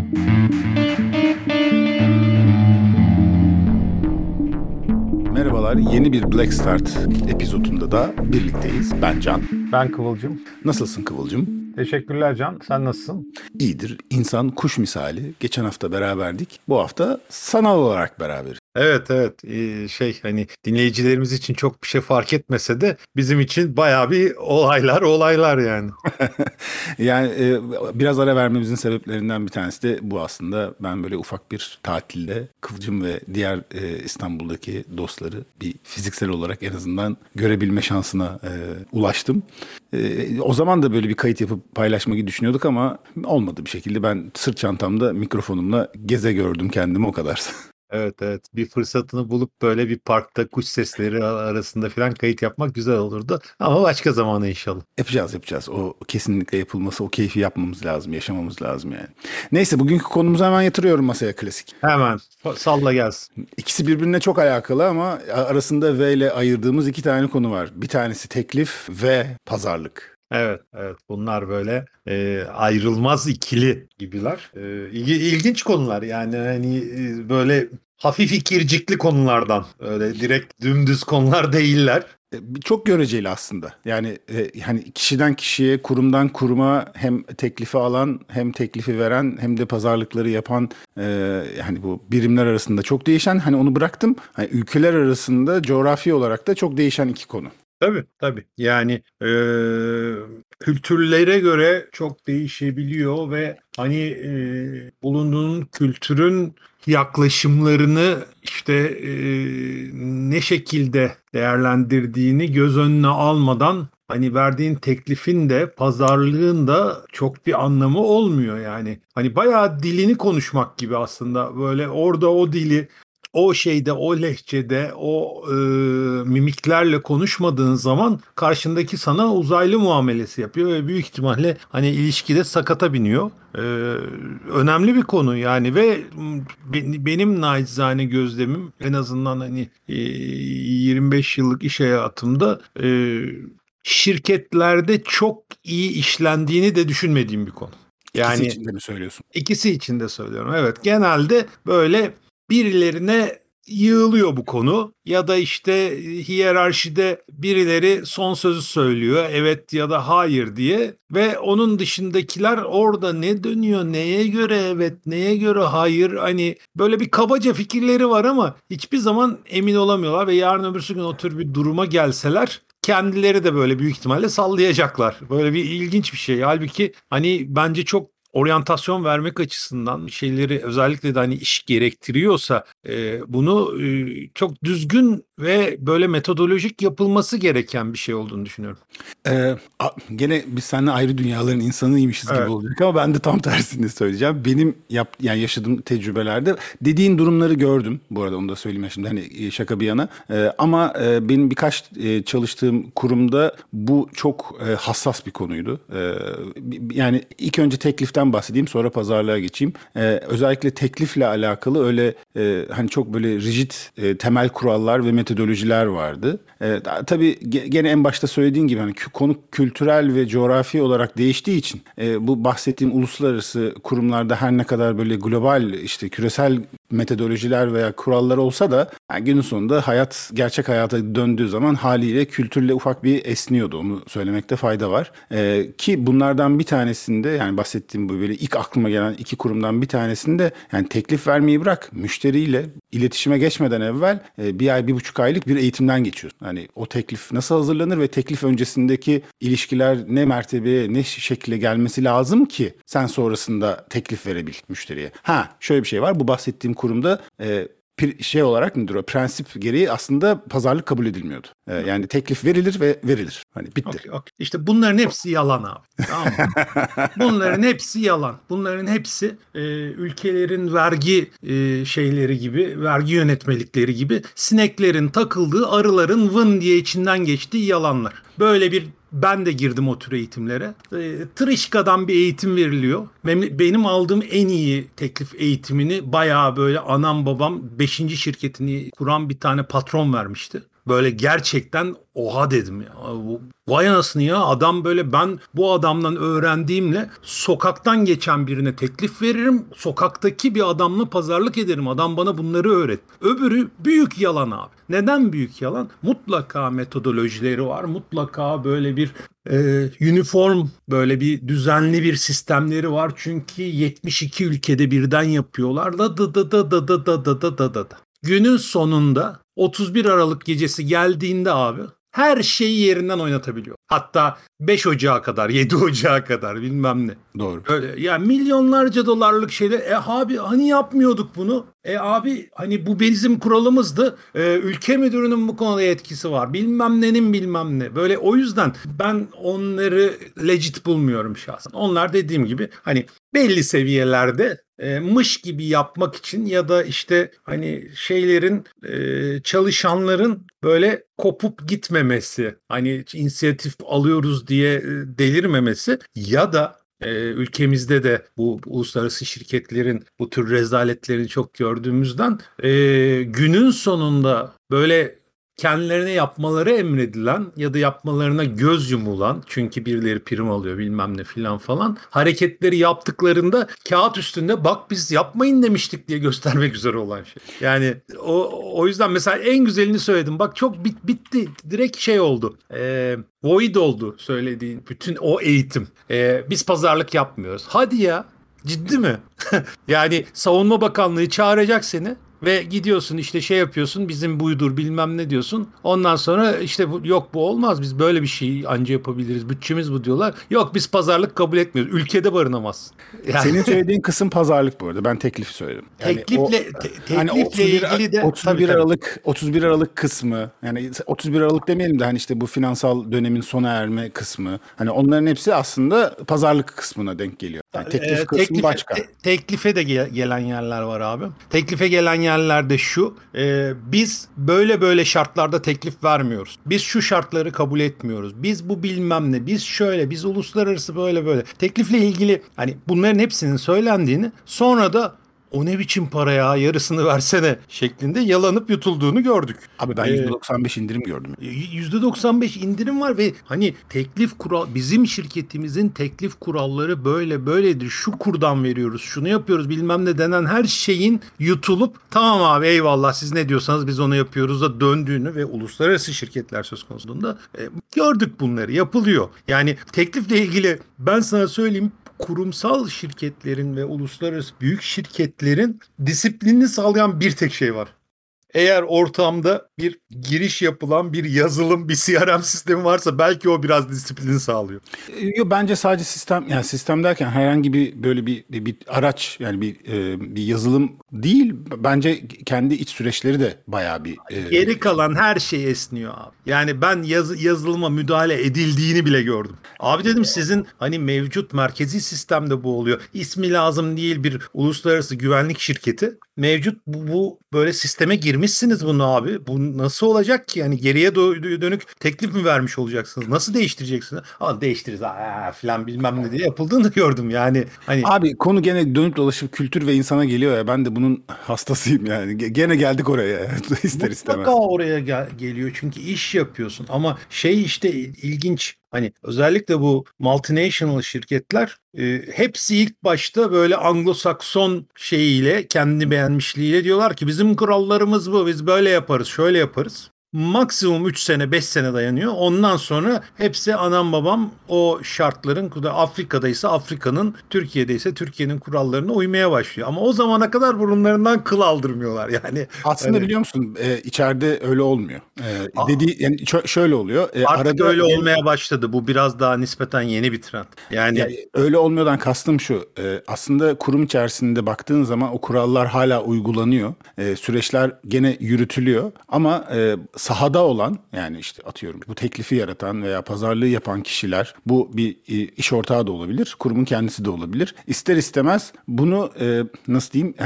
Merhabalar, yeni bir Black Start epizodunda da birlikteyiz. Ben Can. Ben Kıvılcım. Nasılsın Kıvılcım? Teşekkürler Can. Sen nasılsın? İyidir. İnsan kuş misali. Geçen hafta beraberdik. Bu hafta sanal olarak beraberiz. Evet. Hani dinleyicilerimiz için çok bir şey fark etmese de bizim için bayağı bir olaylar yani. Yani biraz ara vermemizin sebeplerinden bir tanesi de bu aslında. Ben böyle ufak bir tatilde Kıvılcım ve diğer İstanbul'daki dostları bir fiziksel olarak en azından görebilme şansına ulaştım. O zaman da böyle bir kayıt yapıp paylaşmayı düşünüyorduk ama olmadı bir şekilde. Ben sırt çantamda mikrofonumla geze gördüm kendimi, o kadar. Evet. Bir fırsatını bulup böyle bir parkta kuş sesleri arasında falan kayıt yapmak güzel olurdu. Ama başka zamana inşallah. Yapacağız. O kesinlikle yapılması, o keyfi yapmamız lazım, yaşamamız lazım yani. Neyse, bugünkü konumuzu hemen yatırıyorum masaya, klasik. Hemen salla gelsin. İkisi birbirine çok alakalı ama arasında V ile ayırdığımız iki tane konu var. Bir tanesi teklif ve pazarlık. Evet. Bunlar böyle ayrılmaz ikili gibiler. İlginç konular yani hani böyle hafif ikircikli konulardan. Öyle direkt dümdüz konular değiller. Çok göreceli aslında. Yani hani kişiden kişiye, kurumdan kuruma hem teklifi alan, hem teklifi veren, hem de pazarlıkları yapan, hani bu birimler arasında çok değişen, hani onu bıraktım. Hani ülkeler arasında coğrafi olarak da çok değişen iki konu. Tabii. Yani kültürlere göre çok değişebiliyor ve hani bulunduğun kültürün yaklaşımlarını işte ne şekilde değerlendirdiğini göz önüne almadan hani verdiğin teklifin de pazarlığın da çok bir anlamı olmuyor yani. Hani bayağı dilini konuşmak gibi aslında, böyle orada o dili o şeyde, o lehçede, o mimiklerle konuşmadığın zaman karşındaki sana uzaylı muamelesi yapıyor ve büyük ihtimalle hani ilişkide sakata biniyor. Önemli bir konu yani ve benim nacizane gözlemim, en azından hani 25 yıllık iş hayatımda şirketlerde çok iyi işlendiğini de düşünmediğim bir konu. İkisi Yani için de mi söylüyorsun? ikisi için de söylüyorum. Evet, genelde böyle birilerine yığılıyor bu konu ya da işte hiyerarşide birileri son sözü söylüyor, evet ya da hayır diye, ve onun dışındakiler orada ne dönüyor, neye göre evet, neye göre hayır, hani böyle bir kabaca fikirleri var ama hiçbir zaman emin olamıyorlar ve yarın öbürsü gün o tür bir duruma gelseler kendileri de böyle büyük ihtimalle sallayacaklar. Böyle bir ilginç bir şey. Halbuki hani bence çok oryantasyon vermek açısından şeyleri, özellikle de hani iş gerektiriyorsa bunu çok düzgün ve böyle metodolojik yapılması gereken bir şey olduğunu düşünüyorum. Gene biz seninle ayrı dünyaların insanıymışız gibi Evet. olacak ama ben de tam tersini söyleyeceğim. Benim yani yaşadığım tecrübelerde dediğin durumları gördüm. Bu arada onu da söyleyeyim şimdi, hani şaka bir yana. Ama benim birkaç çalıştığım kurumda bu çok hassas bir konuydu. Yani ilk önce tekliften bahsedeyim, sonra pazarlığa geçeyim. Özellikle teklifle alakalı öyle hani çok böyle rigid temel kurallar ve metodolojiler vardı. Tabii gene en başta söylediğin gibi hani konu kültürel ve coğrafi olarak değiştiği için bu bahsettiğim uluslararası kurumlarda her ne kadar böyle global, işte küresel metodolojiler veya kurallar olsa da yani günün sonunda hayat gerçek hayata döndüğü zaman haliyle kültürle ufak bir esniyordu. Onu söylemekte fayda var. Ki bunlardan bir tanesinde, yani bahsettiğim bu böyle ilk aklıma gelen iki kurumdan bir tanesinde, yani teklif vermeyi bırak, müşteriyle iletişime geçmeden evvel bir ay, 1,5 aylık bir eğitimden geçiyorsun. Hani o teklif nasıl hazırlanır ve teklif öncesindeki ilişkiler ne mertebeye, ne şekilde gelmesi lazım ki sen sonrasında teklif verebil müşteriye. Şöyle bir şey var. Bu bahsettiğim kurumda şey olarak nedir o? Prensip gereği aslında pazarlık kabul edilmiyordu. Yani teklif verilir ve verilir. Hani bitti. Okay. İşte bunların hepsi yalan abi. Tamam mı? Bunların hepsi yalan. Bunların hepsi ülkelerin vergi şeyleri gibi, vergi yönetmelikleri gibi sineklerin takıldığı, arıların vın diye içinden geçtiği yalanlar. Böyle bir, ben de girdim o tür eğitimlere. Tırışkadan bir eğitim veriliyor. Benim aldığım en iyi teklif eğitimini bayağı böyle anam babam 5. şirketini kuran bir tane patron vermişti. böyle gerçekten oha dedim ya. Vay anasını ya, adam böyle, ben bu adamdan öğrendiğimle sokaktan geçen birine teklif veririm. Sokaktaki bir adamla pazarlık ederim. Adam bana bunları öğret. Öbürü büyük yalan abi. Neden büyük yalan? Mutlaka metodolojileri var. Mutlaka böyle bir uniform, böyle bir düzenli bir sistemleri var. Çünkü 72 ülkede birden yapıyorlar. Da. Günün sonunda 31 Aralık gecesi geldiğinde abi her şeyi yerinden oynatabiliyor. Hatta 5 Ocağı kadar, 7 Ocağı kadar bilmem ne. Doğru. Öyle ya, milyonlarca dolarlık şeyler. Abi hani yapmıyorduk bunu? Abi hani bu bizim kuralımızdı. Ülke müdürünün bu konuda etkisi var. Bilmem nenin bilmem ne. Böyle, o yüzden ben onları legit bulmuyorum şahsen. Onlar dediğim gibi hani belli seviyelerde mış gibi yapmak için ya da işte hani şeylerin, çalışanların böyle kopup gitmemesi, hani inisiyatif alıyoruz diye delirmemesi ya da ülkemizde de bu uluslararası şirketlerin bu tür rezaletlerini çok gördüğümüzden günün sonunda böyle kendilerine yapmaları emredilen ya da yapmalarına göz yumulan, çünkü birileri prim alıyor bilmem ne filan falan, hareketleri yaptıklarında kağıt üstünde bak biz yapmayın demiştik diye göstermek üzere olan şey. Yani o yüzden mesela en güzelini söyledim. Bak çok bitti. Direkt şey oldu. Void oldu söylediğin bütün o eğitim. Biz pazarlık yapmıyoruz. Hadi ya. Ciddi mi? Yani Savunma Bakanlığı çağıracak seni ve gidiyorsun işte şey yapıyorsun, bizim buydur bilmem ne diyorsun. Ondan sonra işte yok bu olmaz, biz böyle bir şeyi anca yapabiliriz, bütçemiz bu diyorlar. Yok biz pazarlık kabul etmiyoruz. Ülkede barınamazsın. Yani, Senin söylediğin kısım pazarlık bu arada. Ben teklifi söyledim. Yani hani teklifle ilgili de 31 tabii. Aralık 31 Aralık kısmı, yani 31 Aralık demeyelim de hani işte bu finansal dönemin sona erme kısmı, hani onların hepsi aslında pazarlık kısmına denk geliyor. Yani teklif kısmı başka. Teklife de gelen yerler var abi. Teklife gelen yerlerde şu, biz böyle şartlarda teklif vermiyoruz. Biz şu şartları kabul etmiyoruz. Biz bu bilmem ne, biz şöyle, biz uluslararası böyle. Teklifle ilgili hani bunların hepsinin söylendiğini, sonra da o ne biçim para ya, yarısını versene şeklinde yalanıp yutulduğunu gördük. Abi ben %95 indirim gördüm. %95 indirim var ve hani teklif kural, bizim şirketimizin teklif kuralları böyledir. Şu kurdan veriyoruz, şunu yapıyoruz bilmem ne denen her şeyin yutulup tamam abi eyvallah siz ne diyorsanız biz onu yapıyoruz da döndüğünü ve uluslararası şirketler söz konusunda gördük, bunları yapılıyor. Yani teklifle ilgili ben sana söyleyeyim, kurumsal şirketlerin ve uluslararası büyük şirketlerin disiplinini sağlayan bir tek şey var. Eğer ortamda bir giriş yapılan bir yazılım, bir CRM sistemi varsa belki o biraz disiplin sağlıyor. Yo, bence sadece sistem, yani sistem derken herhangi bir böyle bir araç, yani bir yazılım değil. Bence kendi iç süreçleri de bayağı bir Geri kalan her şey esniyor abi. Yani ben yazılıma müdahale edildiğini bile gördüm. Abi dedim sizin hani mevcut merkezi sistemde bu oluyor. İsmi lazım değil, bir uluslararası güvenlik şirketi. Mevcut bu böyle sisteme girmişsiniz bunu abi. Bu nasıl olacak ki? Yani geriye dönük teklif mi vermiş olacaksınız? Nasıl değiştireceksiniz? Aa, değiştiririz falan bilmem ne diye yapıldığını gördüm yani. Hani Abi konu gene dönüp dolaşıp kültür ve insana geliyor ya, ben de bunun hastasıyım yani. Gene geldik oraya ister istemez. mutlaka oraya geliyor çünkü iş yapıyorsun ama şey işte ilginç. Hani özellikle bu multinational şirketler hepsi ilk başta böyle Anglo-Sakson şeyiyle, kendi beğenmişliğiyle diyorlar ki bizim kurallarımız bu, biz böyle yaparız, şöyle yaparız. Maksimum 3 sene 5 sene dayanıyor. Ondan sonra hepsi anam babam o şartların, Afrika'daysa Afrika'nın, Türkiye'deyse Türkiye'nin kurallarına uymaya başlıyor. Ama o zamana kadar burunlarından kıl aldırmıyorlar yani. Aslında biliyor musun, içeride öyle olmuyor. Dediği yani şöyle oluyor. Artık Arada öyle olmaya başladı. Bu biraz daha nispeten yeni bir trend. Yani öyle olmuyordan kastım şu. Aslında kurum içerisinde baktığın zaman o kurallar hala uygulanıyor. Süreçler gene yürütülüyor. Ama sahada olan, yani işte atıyorum bu teklifi yaratan veya pazarlığı yapan kişiler, bu bir iş ortağı da olabilir. Kurumun kendisi de olabilir. İster istemez bunu nasıl diyeyim, hani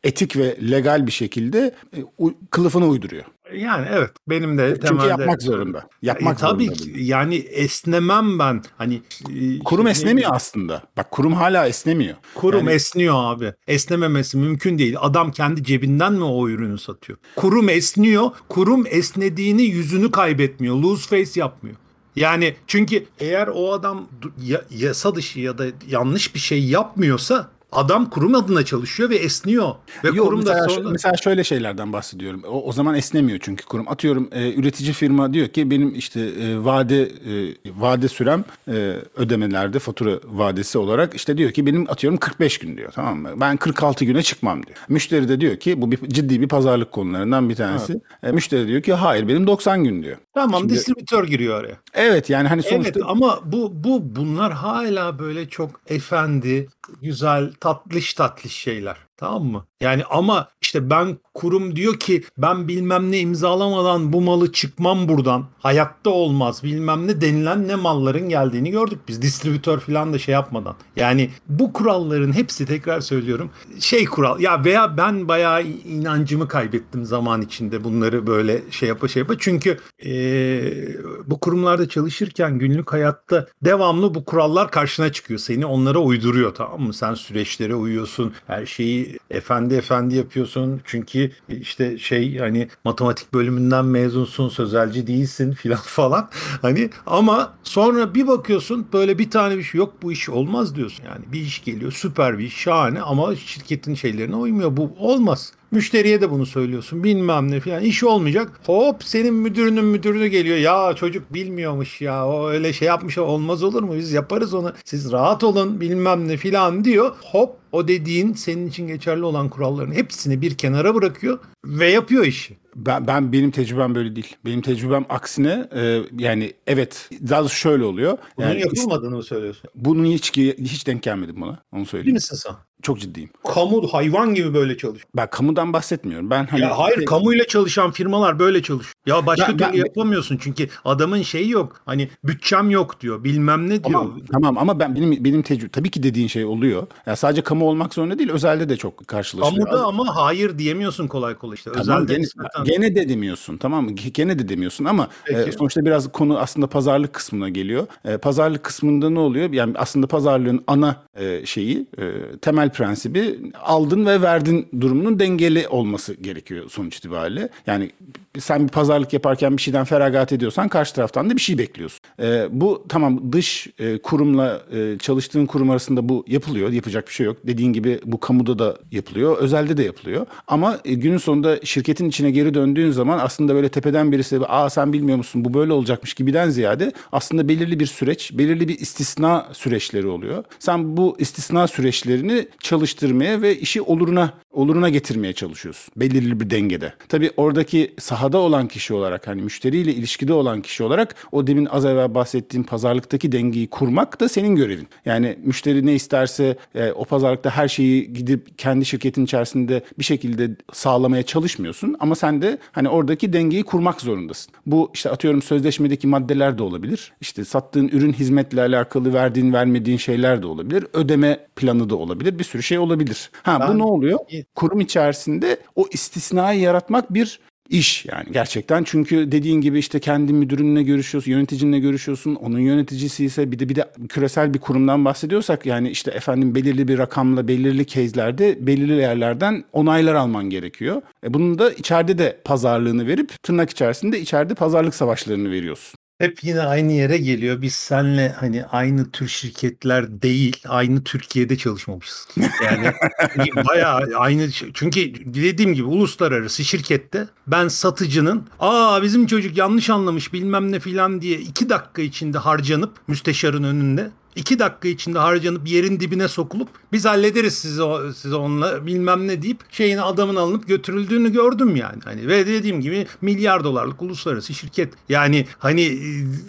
etik ve legal bir şekilde kılıfına uyduruyor. Yani evet, benim de Çünkü temelde yapmak zorunda. Yapmak tabii zorunda ki bunu. yani esnemem ben. Hani Kurum işte esnemiyor aslında. Bak kurum hala esnemiyor. kurum Yani esniyor abi. Esnememesi mümkün değil. Adam kendi cebinden mi o ürünü satıyor? Kurum esniyor. Kurum esnediğini yüzünü kaybetmiyor. Lose face yapmıyor. Yani çünkü eğer o adam yasa dışı ya da yanlış bir şey yapmıyorsa adam kurum adına çalışıyor ve esniyor. Ve yok kurum da mesela sonra mesela şöyle şeylerden bahsediyorum. O zaman esnemiyor çünkü kurum. Atıyorum üretici firma diyor ki benim işte vade sürem ödemelerde fatura vadesi olarak işte diyor ki benim atıyorum 45 gün diyor, tamam mı? Ben 46 güne çıkmam diyor. Müşteri de diyor ki bu ciddi bir pazarlık konularından bir evet. tanesi. Müşteri diyor ki hayır benim 90 gün diyor. Tamam, Şimdi distribütör giriyor araya. evet yani hani Evet sonuçta ama bunlar hala böyle çok efendi, güzel, tatlış şeyler. Tamam mı? Yani ama işte ben kurum diyor ki ben bilmem ne imzalamadan bu malı çıkmam buradan. Hayatta olmaz bilmem ne denilen ne malların geldiğini gördük biz. Distribütör falan da şey yapmadan. Yani bu kuralların hepsi, tekrar söylüyorum, kural ya, veya ben bayağı inancımı kaybettim zaman içinde bunları böyle şey yapa. Çünkü bu kurumlarda çalışırken günlük hayatta devamlı bu kurallar karşına çıkıyor. Seni onlara uyduruyor, tamam mı? Sen süreçlere uyuyorsun. Her şeyi efendi yapıyorsun. Çünkü işte hani matematik bölümünden mezunsun, sözelci değilsin filan falan. Hani ama sonra bir bakıyorsun böyle bir tane bir şey yok, bu iş olmaz diyorsun. Yani bir iş geliyor, süper bir iş, şahane, ama şirketin şeylerine uymuyor. Bu olmaz. Müşteriye de bunu söylüyorsun, bilmem ne falan, iş olmayacak. Hop, senin müdürünün müdürü geliyor. Ya çocuk bilmiyormuş ya, o öyle şey yapmış, olmaz olur mu, biz yaparız onu, siz rahat olun bilmem ne filan diyor. Hop, o dediğin senin için geçerli olan kuralların hepsini bir kenara bırakıyor ve yapıyor işi. benim tecrübem böyle değil. Benim tecrübem aksine yani evet daha doğrusu şöyle oluyor. Bunun Yani yapılmadığını mı söylüyorsun? bunun hiç denk gelmedim buna. Onu Değil söyleyeyim. misin sen? Çok ciddiyim. Kamu hayvan gibi böyle çalışıyor. Ben kamudan bahsetmiyorum. Ben hani Ya hayır, kamuyla çalışan firmalar böyle çalışıyor. Ya başka ben, türlü ben yapamıyorsun çünkü adamın şeyi yok. Hani bütçem yok diyor, bilmem ne diyor. tamam ama benim tecrübe tabii ki dediğin şey oluyor. Ya sadece kamu olmak zorunda değil, özelde de çok karşılaşılıyor. Kamuda ama hayır diyemiyorsun kolay kolay işte. Tamam Özelde nispeten. gene de demiyorsun, tamam mı? Gene de demiyorsun ama Peki. sonuçta biraz konu aslında pazarlık kısmına geliyor. Pazarlık kısmında ne oluyor? Yani aslında pazarlığın ana temel prensibi aldın ve verdin durumunun dengeli olması gerekiyor sonuç itibariyle. Yani sen bir pazarlık yaparken bir şeyden feragat ediyorsan karşı taraftan da bir şey bekliyorsun. Bu tamam, dış kurumla çalıştığın kurum arasında bu yapılıyor. Yapacak bir şey yok. Dediğin gibi bu kamuda da yapılıyor. Özelde de yapılıyor. Ama günün sonunda şirketin içine geri döndüğün zaman aslında böyle tepeden birisi sen bilmiyor musun bu böyle olacakmış gibiden ziyade aslında belirli bir süreç, belirli bir istisna süreçleri oluyor. Sen bu istisna süreçlerini çalıştırmaya ve işi oluruna getirmeye çalışıyorsun. Belirli bir dengede. Tabii oradaki sahada olan kişi olarak, hani müşteriyle ilişkide olan kişi olarak o demin az evvel bahsettiğim pazarlıktaki dengeyi kurmak da senin görevin. Yani müşteri ne isterse o pazarlıkta her şeyi gidip kendi şirketin içerisinde bir şekilde sağlamaya çalışmıyorsun ama sen de hani oradaki dengeyi kurmak zorundasın. Bu işte atıyorum sözleşmedeki maddeler de olabilir. İşte sattığın ürün hizmetle alakalı verdiğin vermediğin şeyler de olabilir. Ödeme planı da olabilir. Bir sürü şey olabilir. Bu ne oluyor? Kurum içerisinde o istisnayı yaratmak bir İş yani gerçekten, çünkü dediğin gibi işte kendi müdürünle görüşüyorsun, yöneticinle görüşüyorsun, onun yöneticisi ise bir de küresel bir kurumdan bahsediyorsak yani işte efendim belirli bir rakamla belirli case'lerde belirli yerlerden onaylar alman gerekiyor. Bunun da içeride de pazarlığını verip tırnak içerisinde içeride pazarlık savaşlarını veriyorsun. Hep yine aynı yere geliyor. Biz seninle hani aynı tür şirketler değil, aynı Türkiye'de çalışmamışız. Yani bayağı aynı. Çünkü dediğim gibi uluslararası şirkette ben satıcının bizim çocuk yanlış anlamış bilmem ne filan diye 2 dakika içinde harcanıp müsteşarın önünde 2 dakika içinde harcanıp yerin dibine sokulup biz hallederiz size onunla bilmem ne deyip adamın alınıp götürüldüğünü gördüm yani. Hani ve dediğim gibi milyar dolarlık uluslararası şirket. Yani hani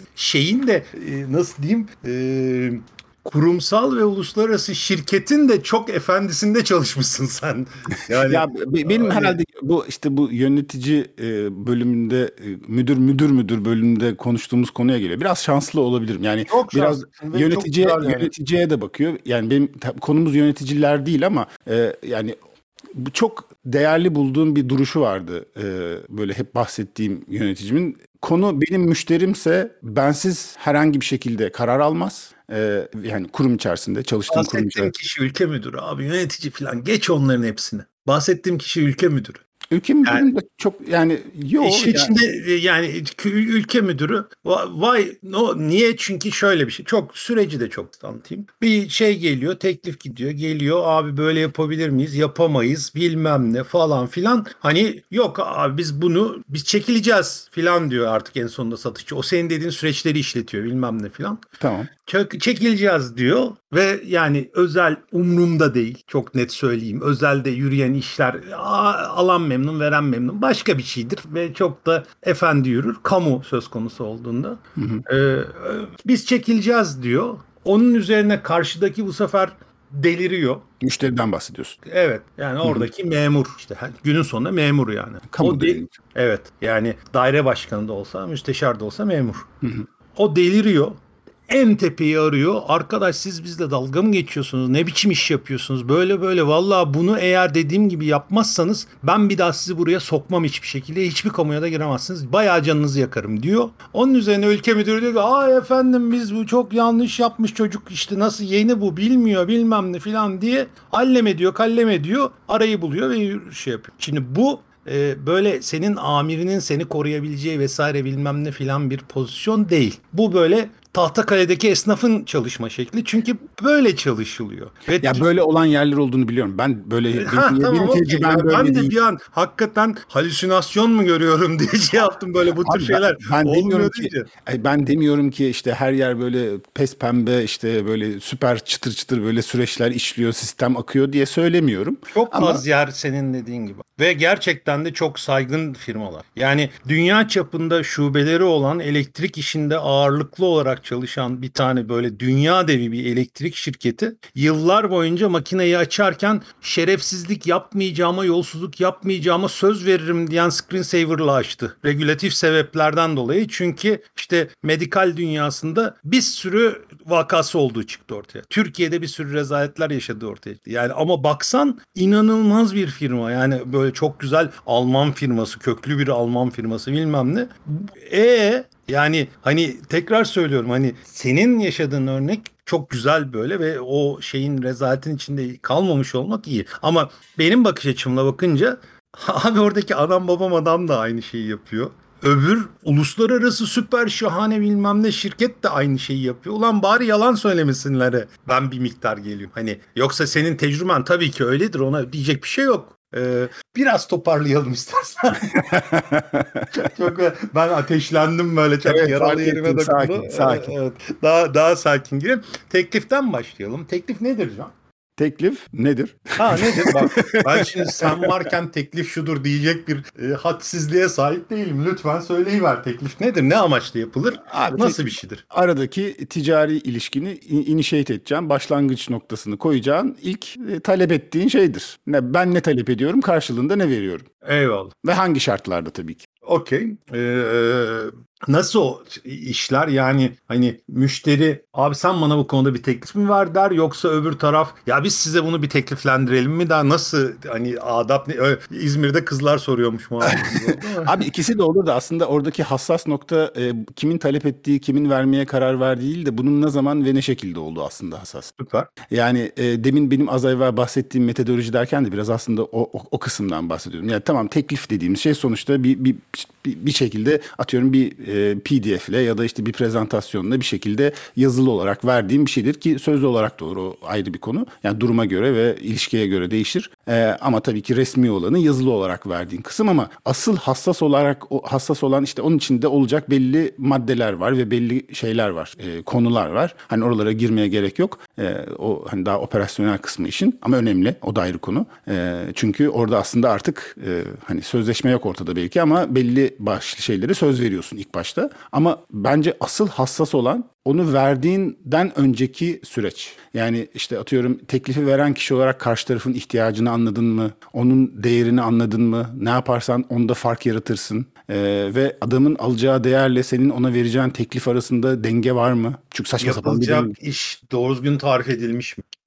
nasıl diyeyim, kurumsal ve uluslararası şirketin de çok efendisinde çalışmışsın sen. Yani Ya benim hani herhalde bu işte bu yönetici bölümünde müdür bölümünde konuştuğumuz konuya geliyor. Biraz şanslı olabilirim. Yani çok biraz şanslısın ve çok güzel yani. yöneticiye de bakıyor. Yani benim konumuz yöneticiler değil ama yani Bu çok değerli bulduğum bir duruşu vardı. Böyle hep bahsettiğim yöneticimin. Konu benim müşterimse bensiz herhangi bir şekilde karar almaz. Yani kurum içerisinde, çalıştığım kurum Bahsettiğim içerisinde. kişi ülke müdürü abi, yönetici falan, geç onların hepsini. Bahsettiğim kişi ülke müdürü. Ülke Yani müdürüm de çok yani işin yani içinde yani ülke müdürü vay no, niye? Çünkü şöyle bir şey, çok süreci de çok anlatayım. Bir şey geliyor, teklif gidiyor, geliyor abi, böyle yapabilir miyiz, yapamayız bilmem ne falan filan, hani yok abi biz çekileceğiz filan diyor artık en sonunda satışçı. O senin dediğin süreçleri işletiyor bilmem ne filan. tamam. Çekileceğiz diyor ve yani özel umrumda değil, çok net söyleyeyim. Özelde yürüyen işler alan memnun, veren memnun, başka bir şeydir ve çok da efendi yürür kamu söz konusu olduğunda. Hı hı. Ee, Biz çekileceğiz diyor. Onun üzerine karşıdaki bu sefer deliriyor. Müşteriden bahsediyorsun. Evet, yani Hı hı. oradaki memur işte günün sonunda memur yani. Kamu denetim. Evet, yani daire başkanı da olsa, müsteşar da olsa memur. Hı hı. O deliriyor. En tepeyi arıyor. Arkadaş siz bizle dalga mı geçiyorsunuz? Ne biçim iş yapıyorsunuz? Böyle böyle. Vallahi bunu eğer dediğim gibi yapmazsanız ben bir daha sizi buraya sokmam hiçbir şekilde. Hiçbir kamuya da giremezsiniz. Bayağı canınızı yakarım diyor. Onun üzerine ülke müdürü diyor ki ay efendim biz bu çok yanlış yapmış çocuk, işte nasıl yeni bu bilmiyor bilmem ne filan diye allem ediyor kallem ediyor. Arayı buluyor ve şey yapıyor. Şimdi bu böyle senin amirinin seni koruyabileceği vesaire bilmem ne filan bir pozisyon değil. Bu böyle Tahtakale'deki esnafın çalışma şekli. Çünkü böyle çalışılıyor. Ve Ya böyle olan yerler olduğunu biliyorum. Ben böyle tamam benim okey. tecrübem Yani ben böyle de değil. bir an hakikaten halüsinasyon mu görüyorum diye şey yaptım, böyle bu tür Abi ben, şeyler ben demiyorum olmuyor ki deyince. ben demiyorum ki işte her yer böyle pes pembe işte böyle süper çıtır çıtır böyle süreçler işliyor, sistem akıyor diye söylemiyorum. Çok Ama az yer senin dediğin gibi. Ve gerçekten de çok saygın firmalar. Yani dünya çapında şubeleri olan, elektrik işinde ağırlıklı olarak çalışan bir tane böyle dünya devi bir elektrik şirketi yıllar boyunca makineyi açarken şerefsizlik yapmayacağıma, yolsuzluk yapmayacağıma söz veririm diyen screensaver'la açtı. Regülatif sebeplerden dolayı. Çünkü işte medikal dünyasında bir sürü vakası olduğu çıktı ortaya. Türkiye'de bir sürü rezaletler yaşadığı ortaya çıktı. Yani ama baksan inanılmaz bir firma. Yani böyle çok güzel Alman firması, köklü bir Alman firması bilmem ne. Yani hani tekrar söylüyorum, hani senin yaşadığın örnek çok güzel böyle ve o şeyin rezaletin içinde kalmamış olmak iyi. Ama benim bakış açımla bakınca abi oradaki adam babam adam da aynı şeyi yapıyor. Öbür uluslararası süper şahane bilmem ne şirket de aynı şeyi yapıyor. Ulan bari yalan söylemesinler. Ben bir miktar geliyorum. Hani yoksa senin tecrüben tabii ki öyledir. Ona diyecek bir şey yok. Biraz toparlayalım istersen. Çok ben ateşlendim, böyle çok evet yaralı fark yerime ettim, dokundu. sakin sakin. Evet, daha sakin gireyim. Tekliften başlayalım. Teklif nedir Can? Teklif nedir? Ha nedir? Bak ben şimdi sen varken teklif şudur diyecek bir hadsizliğe sahip değilim. Lütfen söyleyiver, teklif nedir? Ne amaçla yapılır? Abi Nasıl bir teklif şeydir? aradaki ticari ilişkini initiate edeceğin, başlangıç noktasını koyacağın ilk talep ettiğin şeydir. Ben ne talep ediyorum, karşılığında ne veriyorum? Eyvallah. Ve hangi şartlarda tabii ki. Okey. Nasıl o işler? Yani hani müşteri abi sen bana bu konuda bir teklif mi ver der, yoksa öbür taraf ya biz size bunu bir tekliflendirelim mi der, nasıl hani adap ne? İzmir'de kızlar soruyormuş muhabbeti gibi oldu ama. Abi ikisi de olur da aslında oradaki hassas nokta kimin talep ettiği, kimin vermeye karar verdiği değil de bunun ne zaman ve ne şekilde olduğu aslında hassas. Süper. Yani demin benim az evvel bahsettiğim metodoloji derken de biraz aslında o kısımdan bahsediyorum. Yani tamam, teklif dediğimiz şey sonuçta bir şekilde atıyorum bir PDF ile ya da işte bir prezentasyonla bir şekilde yazılı olarak verdiğim bir şeydir ki sözlü olarak da olur, o ayrı bir konu. Yani duruma göre ve ilişkiye göre değişir. Ama tabii ki resmi olanı yazılı olarak verdiğin kısım, ama asıl hassas olan işte onun içinde olacak belli maddeler var ve belli şeyler var, konular var. Hani oralara girmeye gerek yok. O hani daha operasyonel kısmı işin, ama önemli. O da ayrı konu. Çünkü orada aslında artık hani sözleşme yok ortada belki, ama belli başlı şeyleri söz veriyorsun ilk başta. Ama bence asıl hassas olan onu verdiğinden önceki süreç. Yani işte atıyorum, teklifi veren kişi olarak karşı tarafın ihtiyacını anladın mı? Onun değerini anladın mı? Ne yaparsan onda fark yaratırsın. Ve adamın alacağı değerle senin ona vereceğin teklif arasında denge var mı? Çünkü saçma sapan bir Yapılacak durum. iş doğru düzgün tarif edilmiş mi?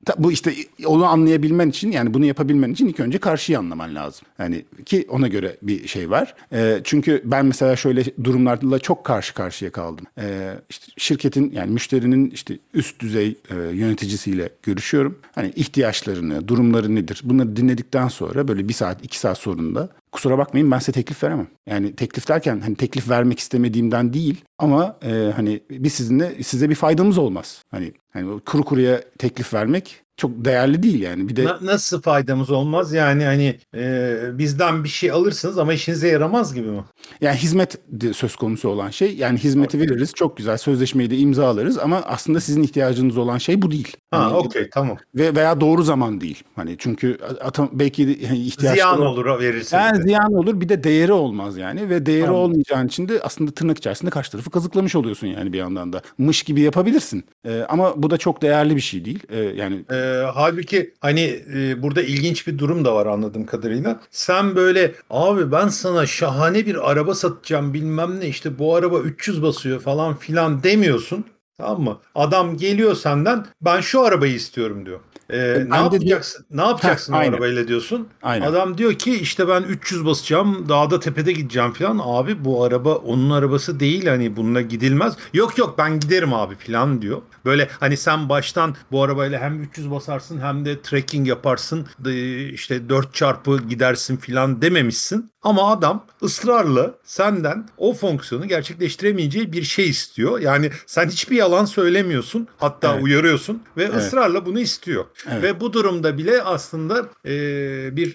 Bu işte onu anlayabilmen için, yani bunu yapabilmen için ilk önce karşıyı anlaman lazım. Yani ki ona göre bir şey var. Çünkü ben mesela şöyle durumlarla çok karşı karşıya kaldım. İşte şirketin, yani müşterinin işte üst düzey yöneticisiyle görüşüyorum. Hani ihtiyaçlarını, durumları nedir? Bunları dinledikten sonra böyle 1 saat 2 saat sonunda, kusura bakmayın ben size teklif veremem. Yani teklif derken hani teklif vermek istemediğimden değil ama hani biz size bir faydamız olmaz. Hani kuru kuruya teklif vermek çok değerli değil yani. Bir de Nasıl faydamız olmaz? Yani hani bizden bir şey alırsınız ama işinize yaramaz gibi mi? yani hizmet söz konusu olan şey. Yani hizmeti veririz, çok güzel, sözleşmeyi de imzalarız ama aslında sizin ihtiyacınız olan şey bu değil. Ha, Hani okey, tamam. veya doğru zaman değil. Hani çünkü belki ihtiyaçları Ziyan olur verirseniz yani de. ziyan olur, bir de değeri olmaz yani, ve değeri Anladım. olmayacağın için de aslında tırnak içerisinde karşı tarafı kazıklamış oluyorsun yani bir yandan da. Mış gibi yapabilirsin. Ama bu da çok değerli bir şey değil. Yani Halbuki hani burada ilginç bir durum da var anladığım kadarıyla. Sen böyle abi ben sana şahane bir araba satacağım bilmem ne işte bu araba 300 basıyor falan filan demiyorsun. Tamam mı? Adam geliyor senden ben şu arabayı istiyorum diyor. Ne bende de yapacaksın? Ne yapacaksın o aynen arabayla diyorsun. aynen. Adam diyor ki işte ben 300 basacağım dağda tepede gideceğim falan. Abi bu araba onun arabası değil hani bununla gidilmez. Yok yok ben giderim abi falan diyor. Böyle hani sen baştan bu arabayla hem 300 basarsın hem de trekking yaparsın işte 4 çarpı gidersin falan dememişsin. Ama adam ısrarla senden o fonksiyonu gerçekleştiremeyeceği bir şey istiyor. Yani sen hiçbir yalan söylemiyorsun hatta Evet, uyarıyorsun ve evet, ısrarla bunu istiyor. evet. Ve bu durumda bile aslında bir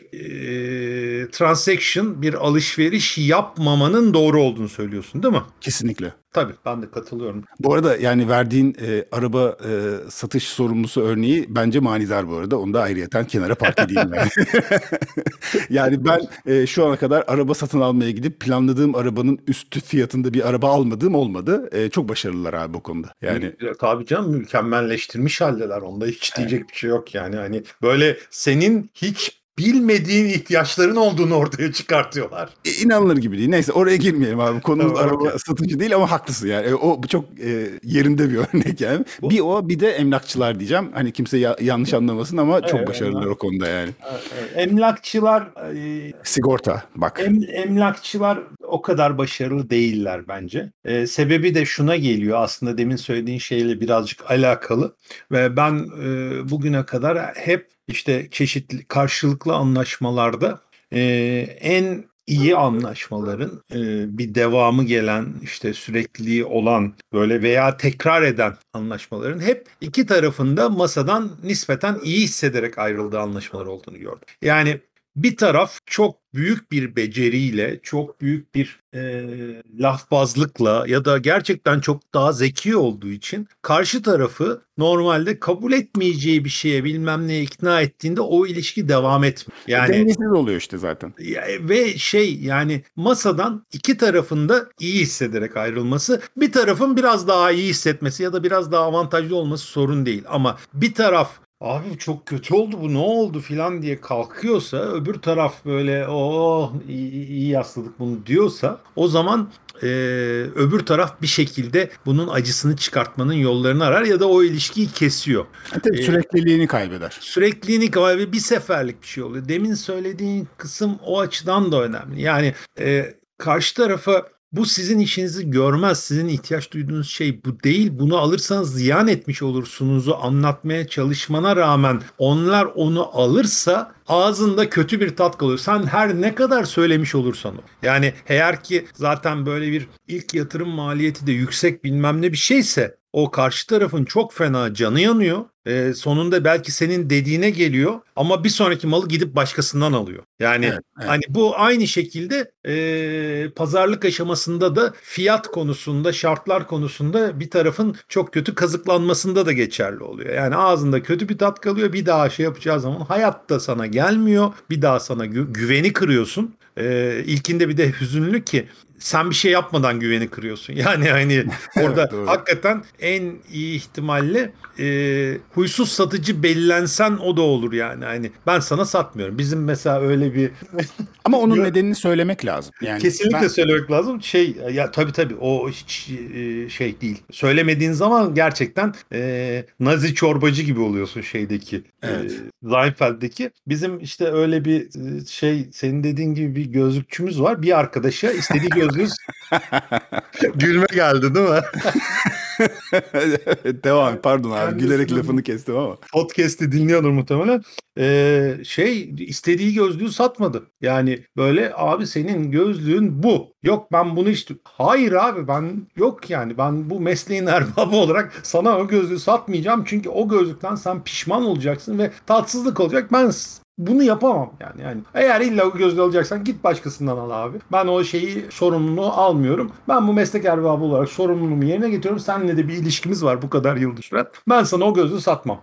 transaction, bir alışveriş yapmamanın doğru olduğunu söylüyorsun, değil mi? Kesinlikle. Tabii ben de katılıyorum. Bu arada yani verdiğin araba satış sorumlusu örneği bence manidar bu arada. Onu da ayrıyeten kenara park edeyim yani. Yani ben şu ana kadar araba satın almaya gidip planladığım arabanın üstü fiyatında bir araba almadığım olmadı. Çok başarılılar abi bu konuda. Yani Tabii canım mükemmelleştirmiş haldeler. Onda hiç diyecek bir şey yok yani. Hani böyle senin hiç bilmediğin ihtiyaçların olduğunu ortaya çıkartıyorlar. inanılır gibi değil. Neyse oraya girmeyelim abi. Konumuz Tamam, okey. araba satıcı değil ama haklısın yani. O bu çok yerinde bir örnek yani. Bu, Bir de emlakçılar diyeceğim. Hani kimse yanlış anlamasın ama çok evet, başarılılar o konuda yani. emlakçılar Sigorta bak. emlakçılar o kadar başarılı değiller bence. Sebebi de şuna geliyor aslında demin söylediğin şeyle birazcık alakalı ve ben bugüne kadar hep işte çeşitli karşılıklı anlaşmalarda e, en iyi anlaşmaların bir devamı gelen işte sürekliliği olan böyle veya tekrar eden anlaşmaların hep iki tarafında masadan nispeten iyi hissederek ayrıldığı anlaşmalar olduğunu gördüm. Yani bir taraf çok büyük bir beceriyle, çok büyük bir lafbazlıkla ya da gerçekten çok daha zeki olduğu için karşı tarafı normalde kabul etmeyeceği bir şeye bilmem neye ikna ettiğinde o ilişki devam etmiyor. Yani Dengesiz oluyor işte zaten. ve yani masadan iki tarafında iyi hissederek ayrılması, bir tarafın biraz daha iyi hissetmesi ya da biraz daha avantajlı olması sorun değil. Ama bir taraf abi çok kötü oldu bu ne oldu filan diye kalkıyorsa öbür taraf böyle oh iyi yasladık bunu diyorsa o zaman öbür taraf bir şekilde bunun acısını çıkartmanın yollarını arar ya da o ilişkiyi kesiyor. Tabii E, sürekliliğini kaybeder. Sürekliliğini ve bir seferlik bir şey oluyor. Demin söylediğin kısım o açıdan da önemli. Yani karşı tarafa bu sizin işinizi görmez, sizin ihtiyaç duyduğunuz şey bu değil. Bunu alırsanız ziyan etmiş olursunuzu anlatmaya çalışmana rağmen onlar onu alırsa ağzında kötü bir tat kalıyor. Sen her ne kadar söylemiş olursan o. Yani eğer ki zaten böyle bir ilk yatırım maliyeti de yüksek bilmem ne bir şeyse o karşı tarafın çok fena canı yanıyor. Sonunda belki senin dediğine geliyor ama bir sonraki malı gidip başkasından alıyor. Yani Evet, evet. hani bu aynı şekilde pazarlık aşamasında da fiyat konusunda, şartlar konusunda bir tarafın çok kötü kazıklanmasında da geçerli oluyor. Yani ağzında kötü bir tat kalıyor. Bir daha şey yapacağı zaman hayatta sana gelmiyor. Bir daha sana güveni kırıyorsun. İlkinde bir de hüzünlü ki sen bir şey yapmadan güveni kırıyorsun. Yani hani orada Evet, doğru. hakikaten en iyi ihtimalle huysuz satıcı bellensen o da olur yani. Hani ben sana satmıyorum. Bizim mesela öyle böyle bir Ama onun nedenini söylemek lazım. Yani kesinlikle söylemek lazım. Ya tabii o hiç şey değil. Söylemediğin zaman gerçekten Nazi çorbacı gibi oluyorsun şeydeki evet. Seinfeld'deki. Bizim işte öyle bir senin dediğin gibi bir gözlükçümüz var. Bir arkadaşa istediği gözlüğü gülme geldi değil mi? Devam et. Pardon abi. Gülerek Kendisinin lafını kestim ama. podcast'i dinliyordur muhtemelen. İstediği gözlüğü satmadı. Yani böyle abi senin gözlüğün bu. Yok ben bunu istiyorum. Hayır abi ben yok yani ben bu mesleğin erbabı olarak sana o gözlüğü satmayacağım. Çünkü o gözlükten sen pişman olacaksın ve tatsızlık olacak. Bunu yapamam yani. Yani eğer illa o gözlüğü alacaksan git başkasından al abi. Ben o sorumluluğu almıyorum. Ben bu meslek erbabı olarak sorumluluğumu yerine getiriyorum. Seninle de bir ilişkimiz var bu kadar yıldır süren. Ben sana o gözlüğü satmam.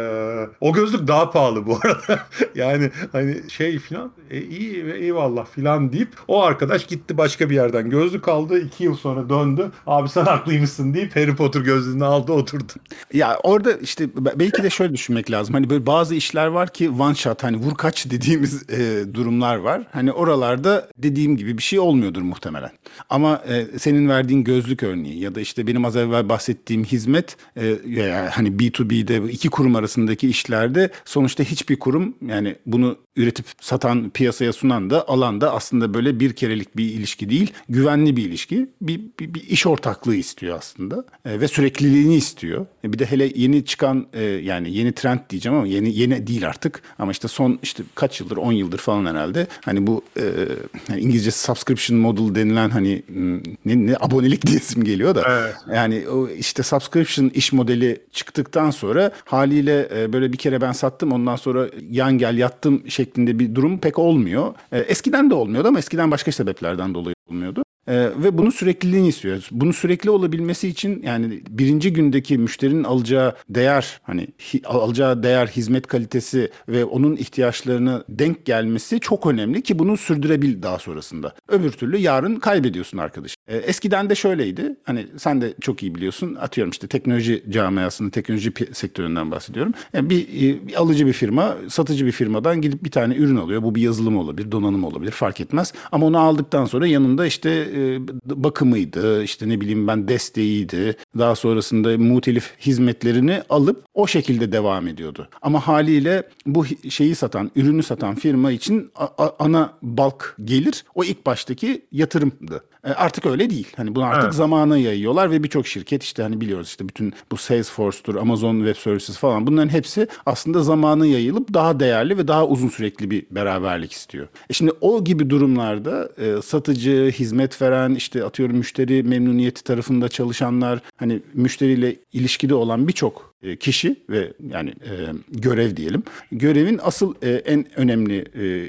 O gözlük daha pahalı bu arada. Yani hani filan iyi ve eyvallah filan deyip o arkadaş gitti başka bir yerden gözlük aldı. 2 yıl sonra döndü. Abi sen haklıymışsın deyip Harry Potter gözlüğünü aldı oturdu. Ya orada işte belki de şöyle düşünmek lazım. Hani böyle bazı işler var ki one shot, hani vur kaç dediğimiz durumlar var. Hani oralarda dediğim gibi bir şey olmuyordur muhtemelen. Ama senin verdiğin gözlük örneği ya da işte benim az evvel bahsettiğim hizmet, yani hani B2B'de iki kurum arasındaki işlerde sonuçta hiçbir kurum, yani bunu üretip satan, piyasaya sunan da alan da aslında böyle bir kerelik bir ilişki değil, güvenli bir ilişki, bir iş ortaklığı istiyor aslında. Ve sürekliliğini istiyor. Bir de hele yeni çıkan yani yeni trend diyeceğim ama yeni değil artık, ama işte son işte kaç yıldır, 10 yıldır falan herhalde, hani bu yani İngilizce subscription model denilen, hani ne abonelik diyesim geliyor da, Evet. yani o işte subscription iş modeli çıktıktan sonra haliyle böyle bir kere ben sattım, ondan sonra yan gel yattım şeklinde bir durum pek olmuyor. Eskiden de olmuyordu ama eskiden başka sebeplerden dolayı olmuyordu. Ve bunun sürekliliğini istiyoruz. Bunun sürekli olabilmesi için yani birinci gündeki müşterinin alacağı değer, hani alacağı değer, hizmet kalitesi ve onun ihtiyaçlarına denk gelmesi çok önemli ki bunu sürdürebil daha sonrasında. Öbür türlü yarın kaybediyorsun arkadaş. Eskiden de şöyleydi. Hani sen de çok iyi biliyorsun. Atıyorum işte teknoloji camiasının, teknoloji sektöründen bahsediyorum. Yani bir alıcı bir firma, satıcı bir firmadan gidip bir tane ürün alıyor. Bu bir yazılım olabilir, donanım olabilir, fark etmez. Ama onu aldıktan sonra yanında işte bakımıydı, işte ne bileyim ben desteğiydi. Daha sonrasında muhtelif hizmetlerini alıp o şekilde devam ediyordu. Ama haliyle bu ürünü satan firma için ana bulk gelir o ilk baştaki yatırımdı. Artık öyle değil. Hani bunu artık Evet. zamana yayıyorlar ve birçok şirket, işte hani biliyoruz, işte bütün bu Salesforce'tur, Amazon Web Services falan, bunların hepsi aslında zamanı yayılıp daha değerli ve daha uzun sürekli bir beraberlik istiyor. Şimdi o gibi durumlarda satıcı, hizmet veren, işte atıyorum müşteri memnuniyeti tarafında çalışanlar, hani müşteriyle ilişkide olan birçok kişi ve yani görev diyelim. Görevin asıl en önemli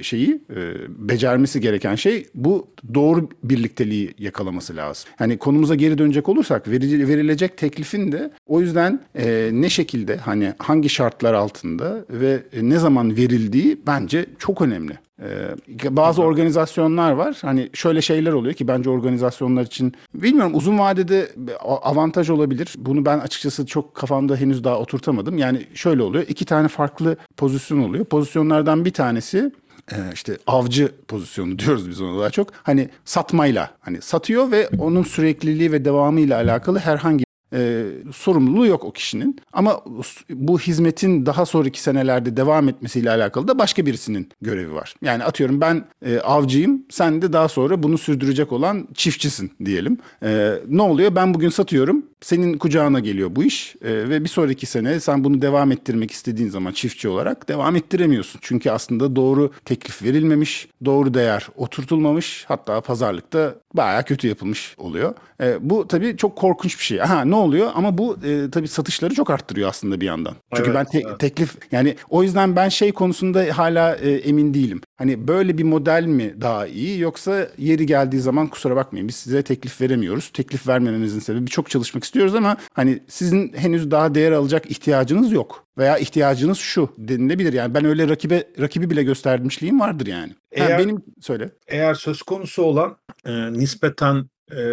becermesi gereken şey bu doğru birlikteliği yakalaması lazım. Hani konumuza geri dönecek olursak verilecek teklifin de o yüzden ne şekilde, hani hangi şartlar altında ve ne zaman verildiği bence çok önemli. Bazı organizasyonlar var. Hani şöyle şeyler oluyor ki bence organizasyonlar için, bilmiyorum, uzun vadede avantaj olabilir. Bunu ben açıkçası çok kafamda henüz daha oturtamadım. Yani şöyle oluyor. 2 tane farklı pozisyon oluyor. Pozisyonlardan bir tanesi işte avcı pozisyonu diyoruz biz ona daha çok. Hani satmayla, hani satıyor ve onun sürekliliği ve devamıyla alakalı herhangi sorumluluğu yok o kişinin. Ama bu hizmetin daha sonraki senelerde devam etmesiyle alakalı da başka birisinin görevi var. Yani atıyorum ben avcıyım, sen de daha sonra bunu sürdürecek olan çiftçisin diyelim. Ne oluyor? Ben bugün satıyorum, senin kucağına geliyor bu iş ve bir sonraki sene sen bunu devam ettirmek istediğin zaman çiftçi olarak devam ettiremiyorsun. Çünkü aslında doğru teklif verilmemiş, doğru değer oturtulmamış, hatta pazarlıkta bayağı kötü yapılmış oluyor. Bu tabii çok korkunç bir şey. Ne oluyor? Ama bu tabii satışları çok arttırıyor aslında bir yandan. Çünkü Evet, ben evet. teklif, yani o yüzden ben konusunda hala emin değilim. Hani böyle bir model mi daha iyi, yoksa yeri geldiği zaman kusura bakmayın biz size teklif veremiyoruz. Teklif vermememizin sebebi çok çalışmak istiyoruz ama hani sizin henüz daha değer alacak ihtiyacınız yok. Veya ihtiyacınız şu denilebilir. Yani ben öyle rakibi bile göstermişliğim vardır yani. Eğer Benim söyle. eğer söz konusu olan nispeten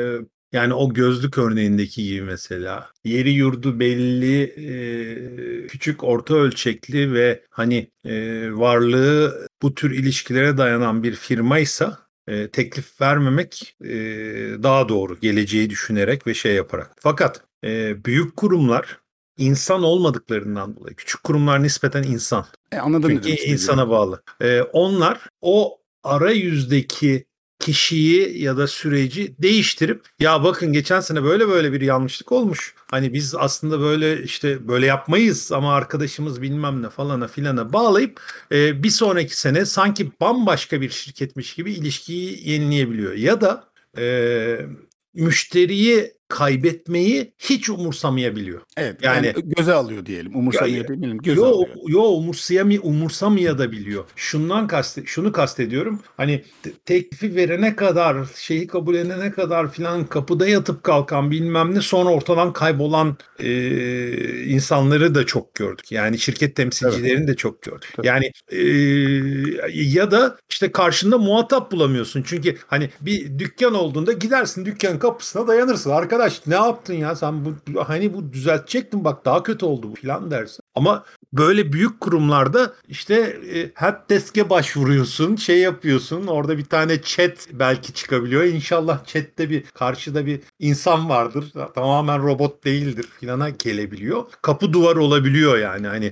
Yani o gözlük örneğindeki gibi mesela yeri yurdu belli, küçük orta ölçekli ve hani varlığı bu tür ilişkilere dayanan bir firmaysa teklif vermemek daha doğru, geleceği düşünerek ve şey yaparak. Fakat büyük kurumlar insan olmadıklarından dolayı, küçük kurumlar nispeten insan. Anladın ne Çünkü demek istediğimi. insana bağlı. Onlar o arayüzdeki kişiyi ya da süreci değiştirip ya bakın geçen sene böyle böyle bir yanlışlık olmuş. Hani biz aslında böyle işte böyle yapmayız ama arkadaşımız bilmem ne falana filana bağlayıp bir sonraki sene sanki bambaşka bir şirketmiş gibi ilişkiyi yenileyebiliyor. Ya da müşteriyi kaybetmeyi hiç umursamayabiliyor. Evet, yani Yani göze alıyor diyelim. ya, Umursamıyor demeyelim, göze yo alıyor. yo umursamaya da biliyor. Şunu kastediyorum. Hani teklifi verene kadar, şeyi kabul edene kadar filan kapıda yatıp kalkan bilmem ne sonra ortadan kaybolan insanları da çok gördük. Yani şirket Tabii, temsilcilerini de çok gördük. tabii. Yani ya da işte karşında muhatap bulamıyorsun. Çünkü hani bir dükkan olduğunda gidersin dükkanın kapısına dayanırsın. Arkadaş ne yaptın ya sen hani bu düzeltecektin bak daha kötü oldu bu filan dersin. Ama böyle büyük kurumlarda işte helpdesk'e başvuruyorsun, şey yapıyorsun. Orada bir tane chat belki çıkabiliyor. İnşallah chatte bir karşıda bir insan vardır. Tamamen robot değildir filana gelebiliyor. Kapı duvar olabiliyor yani. Hani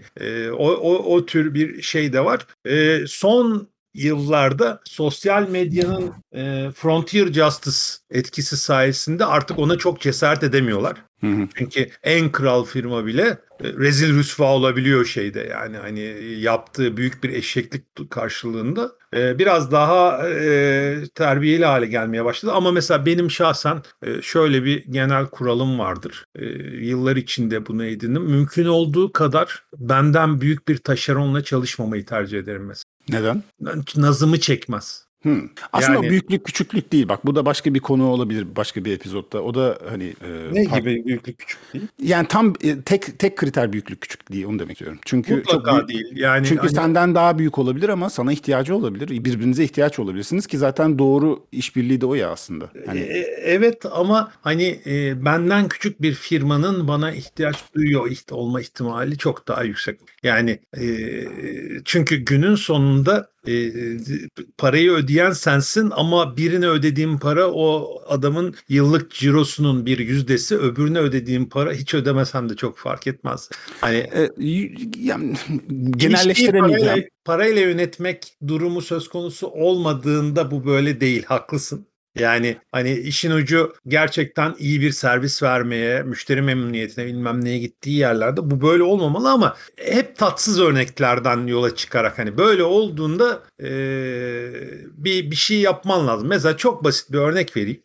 o tür bir şey de var. Son yıllarda sosyal medyanın frontier justice etkisi sayesinde artık ona çok cesaret edemiyorlar. Hı hı. Çünkü en kral firma bile rezil rüsva olabiliyor şeyde yani hani yaptığı büyük bir eşeklik karşılığında biraz daha terbiyeli hale gelmeye başladı. Ama mesela benim şahsen şöyle bir genel kuralım vardır. Yıllar içinde bunu edindim. Mümkün olduğu kadar benden büyük bir taşeronla çalışmamayı tercih ederim mesela. Neden? Nazımı çekmez. Aslında o Yani büyüklük küçüklük değil. Bak bu da başka bir konu olabilir başka bir epizodda. O da hani ne gibi büyüklük küçük değil? yani tam tek kriter büyüklük küçük değil onu demek istiyorum. Çünkü çok büyük. Mutlaka değil. Yani Çünkü hani senden daha büyük olabilir ama sana ihtiyacı olabilir. Birbirinize ihtiyaç olabilirsiniz ki zaten doğru işbirliği de o ya aslında. Hani Evet ama hani benden küçük bir firmanın bana ihtiyaç duyuyor olma ihtimali çok daha yüksek. Yani çünkü günün sonunda parayı ödeyen sensin ama birine ödediğin para o adamın yıllık cirosunun bir yüzdesi, öbürüne ödediğin para hiç ödemesen de çok fark etmez. Hani yani ilişkiyi genelleştiremeyeceğim. parayla yönetmek durumu söz konusu olmadığında bu böyle değil. Haklısın. Yani hani işin ucu gerçekten iyi bir servis vermeye, müşteri memnuniyetine bilmem neye gittiği yerlerde bu böyle olmamalı ama hep tatsız örneklerden yola çıkarak hani böyle olduğunda bir şey yapman lazım. Mesela çok basit bir örnek vereyim.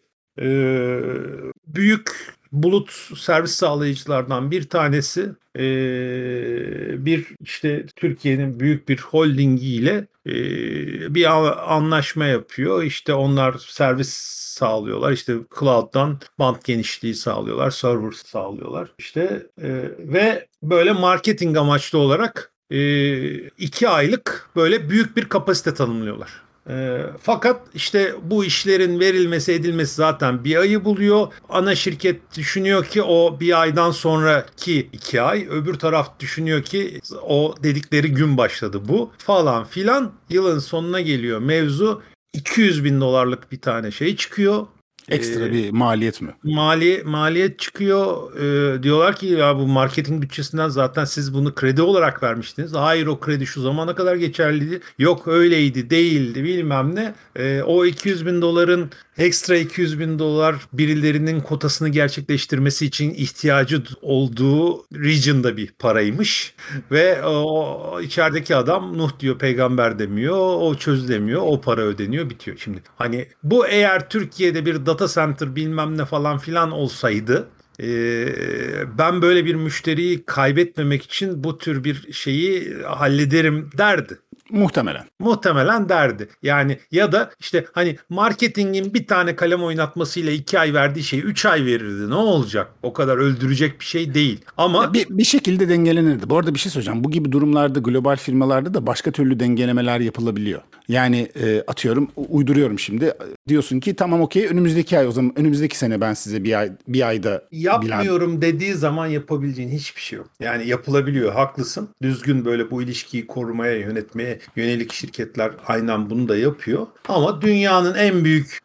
Büyük bulut servis sağlayıcılardan bir tanesi bir işte Türkiye'nin büyük bir holdingiyle bir anlaşma yapıyor. İşte onlar servis sağlıyorlar. İşte cloud'dan band genişliği sağlıyorlar, server sağlıyorlar. İşte ve böyle marketing amaçlı olarak 2 aylık böyle büyük bir kapasite tanımlıyorlar. Fakat işte bu işlerin verilmesi edilmesi zaten bir ayı buluyor. Ana şirket düşünüyor ki o bir aydan sonraki 2 ay. Öbür taraf düşünüyor ki o dedikleri gün başladı bu falan filan. Yılın sonuna geliyor mevzu. 200 bin dolarlık bir tane şey çıkıyor. Ekstra bir maliyet mi? Maliyet çıkıyor. Diyorlar ki ya bu marketing bütçesinden zaten siz bunu kredi olarak vermiştiniz. Hayır o kredi şu zamana kadar geçerliydi. Yok öyleydi değildi bilmem ne. O 200 bin doların ekstra 200 bin dolar birilerinin kotasını gerçekleştirmesi için ihtiyacı olduğu region'da bir paraymış. Ve o içerideki adam Nuh diyor peygamber demiyor. O çözülemiyor. O para ödeniyor bitiyor. Şimdi hani bu eğer Türkiye'de bir data center bilmem ne falan filan olsaydı ben böyle bir müşteriyi kaybetmemek için bu tür bir şeyi hallederim derdi. Muhtemelen. Muhtemelen derdi. Yani ya da işte hani marketingin bir tane kalem oynatmasıyla 2 ay verdiği şeyi 3 ay verirdi. Ne olacak? O kadar öldürecek bir şey değil. Ya Ama bir şekilde dengelenirdi. Bu arada bir şey söyleyeceğim. Bu gibi durumlarda global firmalarda da başka türlü dengelemeler yapılabiliyor. Yani atıyorum uyduruyorum şimdi. diyorsun ki tamam okey, önümüzdeki ay, o zaman önümüzdeki sene ben size bir ayda bilanço. Yapmıyorum dediği zaman yapabileceğin hiçbir şey yok. Yani yapılabiliyor, haklısın. Düzgün böyle bu ilişkiyi korumaya, yönetmeye yönelik şirketler aynen bunu da yapıyor. Ama dünyanın en büyük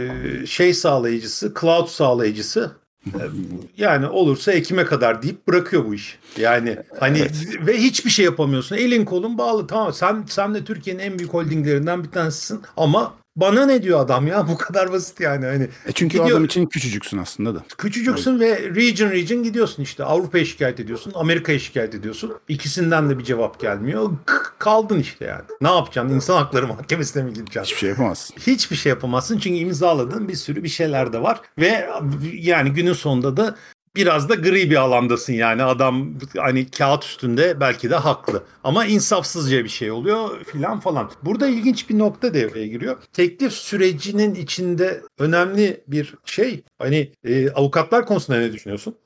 şey sağlayıcısı, cloud sağlayıcısı e, yani olursa Ekim'e kadar deyip bırakıyor bu iş. Yani hani Evet. ve hiçbir şey yapamıyorsun. Elin kolun bağlı. Tamam, sen de Türkiye'nin en büyük holdinglerinden bir tanesisin ama bana ne diyor adam ya? Bu kadar basit yani. Hani Çünkü o gidiyor. adam için küçücüksün aslında da. O yüzden. Küçücüksün ve region gidiyorsun işte. Avrupa'ya şikayet ediyorsun, Amerika'ya şikayet ediyorsun. İkisinden de bir cevap gelmiyor. Kaldın işte yani. Ne yapacaksın? İnsan Hakları Mahkemesi'ne mi gideceksin? Hiçbir şey yapamazsın. Hiçbir şey yapamazsın çünkü imzaladığın bir sürü bir şeyler de var. Ve yani günün sonunda da biraz da gri bir alandasın yani. Adam hani kağıt üstünde belki de haklı. Ama insafsızca bir şey oluyor filan falan. Burada ilginç bir nokta devreye giriyor. Teklif sürecinin içinde önemli bir şey. Hani avukatlar konusunda ne düşünüyorsun?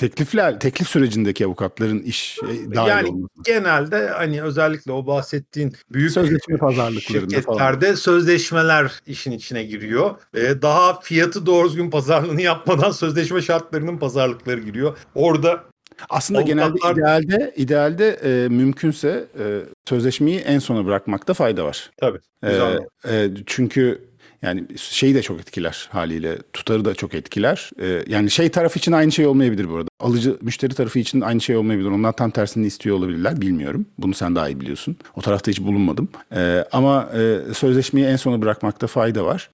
Teklif sürecindeki avukatların iş dahil Yani olması. genelde hani özellikle o bahsettiğin büyük Sözleşme pazarlıklarında falan. şirketlerde sözleşmeler işin içine giriyor. Daha fiyatı doğru düzgün pazarlığını yapmadan sözleşme şartlarının pazarlıkları giriyor. Orada Aslında genelde avukatlar idealde mümkünse sözleşmeyi en sona bırakmakta fayda var. tabii güzel. Çünkü yani şeyi de çok etkiler haliyle. Tutarı da çok etkiler. Yani şey taraf için aynı şey olmayabilir bu arada. Alıcı, müşteri tarafı için aynı şey olmayabilir. Onlar tam tersini istiyor olabilirler. Bilmiyorum. Bunu sen daha iyi biliyorsun. O tarafta hiç bulunmadım. Ama sözleşmeyi en sona bırakmakta fayda var.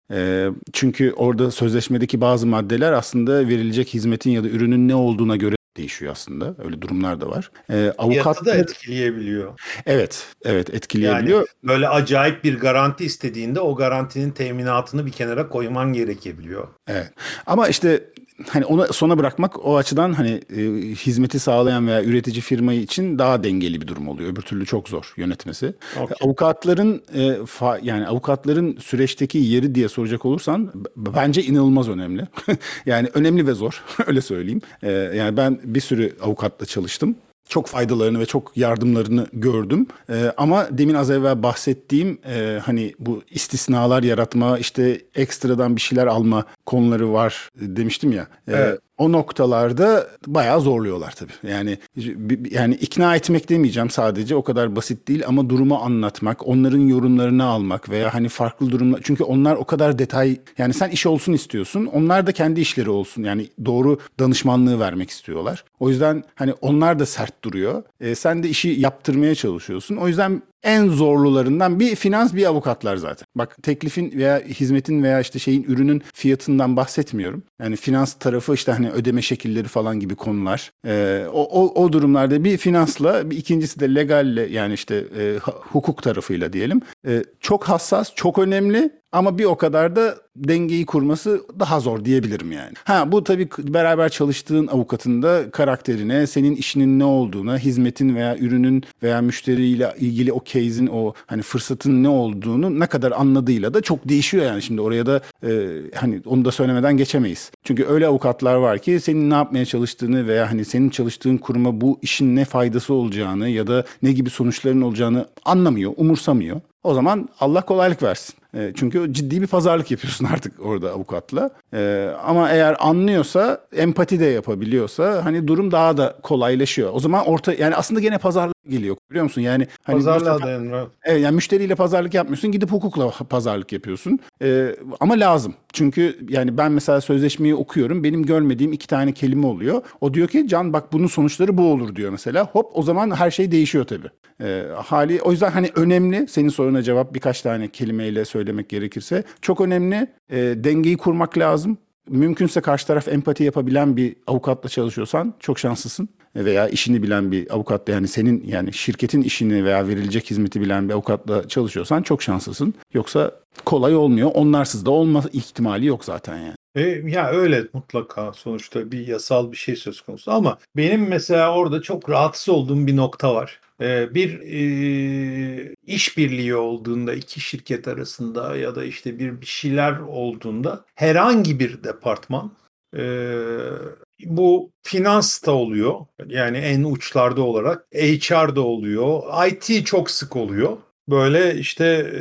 Çünkü orada sözleşmedeki bazı maddeler aslında verilecek hizmetin ya da ürünün ne olduğuna göre değişiyor aslında. Öyle durumlar da var. Fiyatı da Avukatlar etkileyebiliyor. evet Yani etkileyebiliyor. böyle acayip bir garanti istediğinde o garantinin teminatını bir kenara koyman gerekebiliyor. Evet. Ama işte hani onu sona bırakmak o açıdan hani hizmeti sağlayan veya üretici firmayı için daha dengeli bir durum oluyor. Öbür türlü çok zor yönetmesi. Okey. Yani avukatların süreçteki yeri diye soracak olursan bence inanılmaz önemli. Yani önemli ve zor öyle söyleyeyim. Yani ben bir sürü avukatla çalıştım. Çok faydalarını ve çok yardımlarını gördüm. Ama demin az evvel bahsettiğim hani bu istisnalar yaratma, işte ekstradan bir şeyler alma konuları var demiştim ya. Evet. O noktalarda bayağı zorluyorlar tabii. Yani ikna etmek demeyeceğim, sadece o kadar basit değil ama durumu anlatmak, onların yorumlarını almak veya hani farklı durumlar, çünkü onlar o kadar detay, yani sen iş olsun istiyorsun. Onlar da kendi işleri olsun. Yani doğru danışmanlığı vermek istiyorlar. O yüzden hani onlar da sert duruyor. Sen de işi yaptırmaya çalışıyorsun. O yüzden en zorlularından bir finans, bir avukatlar zaten. Bak, teklifin veya hizmetin veya işte şeyin, ürünün fiyatından bahsetmiyorum. Yani finans tarafı işte hani ödeme şekilleri falan gibi konular. O durumlarda bir finansla, bir ikincisi de legalle, yani işte hukuk tarafıyla diyelim. Çok hassas, çok önemli. Ama bir o kadar da dengeyi kurması daha zor diyebilirim yani. Ha, bu tabii beraber çalıştığın avukatın da karakterine, senin işinin ne olduğuna, hizmetin veya ürünün veya müşteriyle ilgili o case'in, o hani fırsatın ne olduğunu ne kadar anladığıyla da çok değişiyor yani. Şimdi oraya da hani onu da söylemeden geçemeyiz. Çünkü öyle avukatlar var ki senin ne yapmaya çalıştığını veya hani senin çalıştığın kuruma bu işin ne faydası olacağını ya da ne gibi sonuçların olacağını anlamıyor, umursamıyor. O zaman Allah kolaylık versin. Çünkü ciddi bir pazarlık yapıyorsun artık orada avukatla. Ama eğer anlıyorsa, empati de yapabiliyorsa hani durum daha da kolaylaşıyor. O zaman yani aslında gene pazarlık geliyor, biliyor musun? Yani hani bu Pazarlığa sefer dayanır. evet, yani müşteriyle pazarlık yapmıyorsun, gidip hukukla pazarlık yapıyorsun. Ama lazım. Çünkü yani ben mesela sözleşmeyi okuyorum, benim görmediğim iki tane kelime oluyor. O diyor ki Can, bak bunun sonuçları bu olur diyor mesela. Hop, o zaman her şey değişiyor tabii. O yüzden hani önemli, senin soruna cevap birkaç tane kelimeyle söylemek gerekirse. Çok önemli. Dengeyi kurmak lazım. Mümkünse karşı taraf empati yapabilen bir avukatla çalışıyorsan çok şanslısın. Veya işini bilen bir avukatla, yani senin, yani şirketin işini veya verilecek hizmeti bilen bir avukatla çalışıyorsan çok şanslısın. Yoksa kolay olmuyor. Onlarsız da olma ihtimali yok zaten yani. Ya öyle mutlaka sonuçta bir yasal bir şey söz konusu ama benim mesela orada çok rahatsız olduğum bir nokta var. Bir işbirliği olduğunda iki şirket arasında ya da işte bir şeyler olduğunda herhangi bir departman, e, bu finans da oluyor yani en uçlarda olarak, HR'da oluyor, IT çok sık oluyor. Böyle işte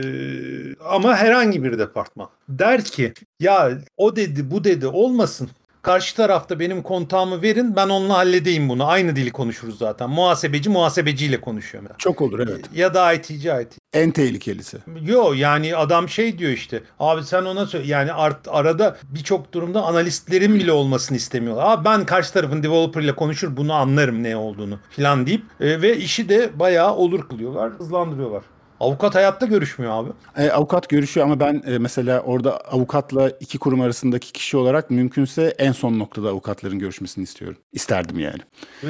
ama herhangi bir departman. Der ki ya o dedi bu dedi olmasın. Karşı tarafta benim kontağımı verin, ben onunla halledeyim bunu. Aynı dili konuşuruz zaten. Muhasebeci muhasebeciyle konuşuyor mesela. Çok olur, evet. Ya da IT'ci IT. En tehlikelisi. Yo yani adam şey diyor işte. Abi sen ona söyle. Yani arada birçok durumda analistlerin bile olmasını istemiyorlar. Abi ben karşı tarafın developer ile konuşur bunu anlarım ne olduğunu falan deyip ve işi de bayağı olur kılıyorlar. Hızlandırıyorlar. Avukat hayatta görüşmüyor abi. Avukat görüşüyor ama ben mesela orada avukatla iki kurum arasındaki kişi olarak mümkünse en son noktada avukatların görüşmesini istiyorum. İsterdim yani.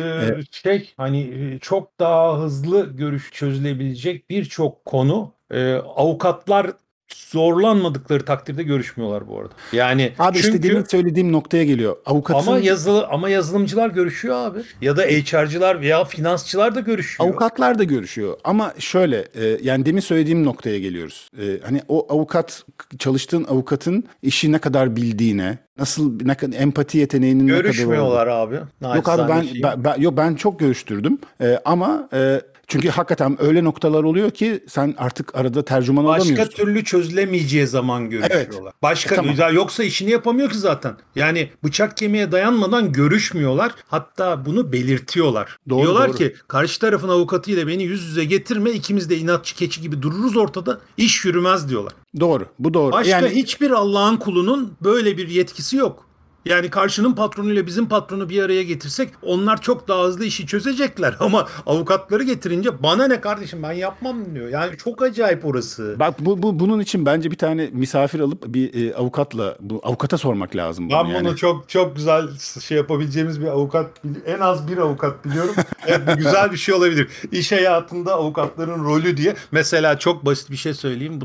Hani çok daha hızlı görüş çözülebilecek birçok konu avukatlar zorlanmadıkları takdirde görüşmüyorlar bu arada. Yani Abi işte demin çünkü söylediğim noktaya geliyor. Avukatın ama yazılımcılar görüşüyor abi. Ya da HR'cılar veya finansçılar da görüşüyor. Avukatlar da görüşüyor ama şöyle yani demin söylediğim noktaya geliyoruz. Hani o avukat, çalıştığın avukatın işi ne kadar bildiğine, ne kadar empati yeteneğinin ne kadar olduğu. Görüşmüyorlar abi. Yok abi Naçizane ben çok görüştürdüm. Ama çünkü hakikaten öyle noktalar oluyor ki sen artık arada tercüman olamıyorsun. Başka türlü çözülemeyeceği zaman görüşüyorlar. Tamam. Yoksa işini yapamıyor ki zaten. Yani bıçak kemiğe dayanmadan görüşmüyorlar. Hatta bunu belirtiyorlar. Doğru, Diyorlar doğru. ki karşı tarafın avukatıyla beni yüz yüze getirme. İkimiz de inatçı keçi gibi dururuz ortada. İş yürümez diyorlar. Doğru. Bu doğru. Başka Yani hiçbir Allah'ın kulunun böyle bir yetkisi yok. Yani karşının patronuyla bizim patronu bir araya getirsek onlar çok daha hızlı işi çözecekler. Ama avukatları getirince bana ne kardeşim ben yapmam diyor. Yani çok acayip orası. bak bunun için bence bir tane misafir alıp bir avukata sormak lazım bunu Ben yani. bunu çok güzel şey yapabileceğimiz bir en az bir avukat biliyorum. Evet, bu güzel bir şey olabilir. İş hayatında avukatların rolü diye. Mesela çok basit bir şey söyleyeyim. Bu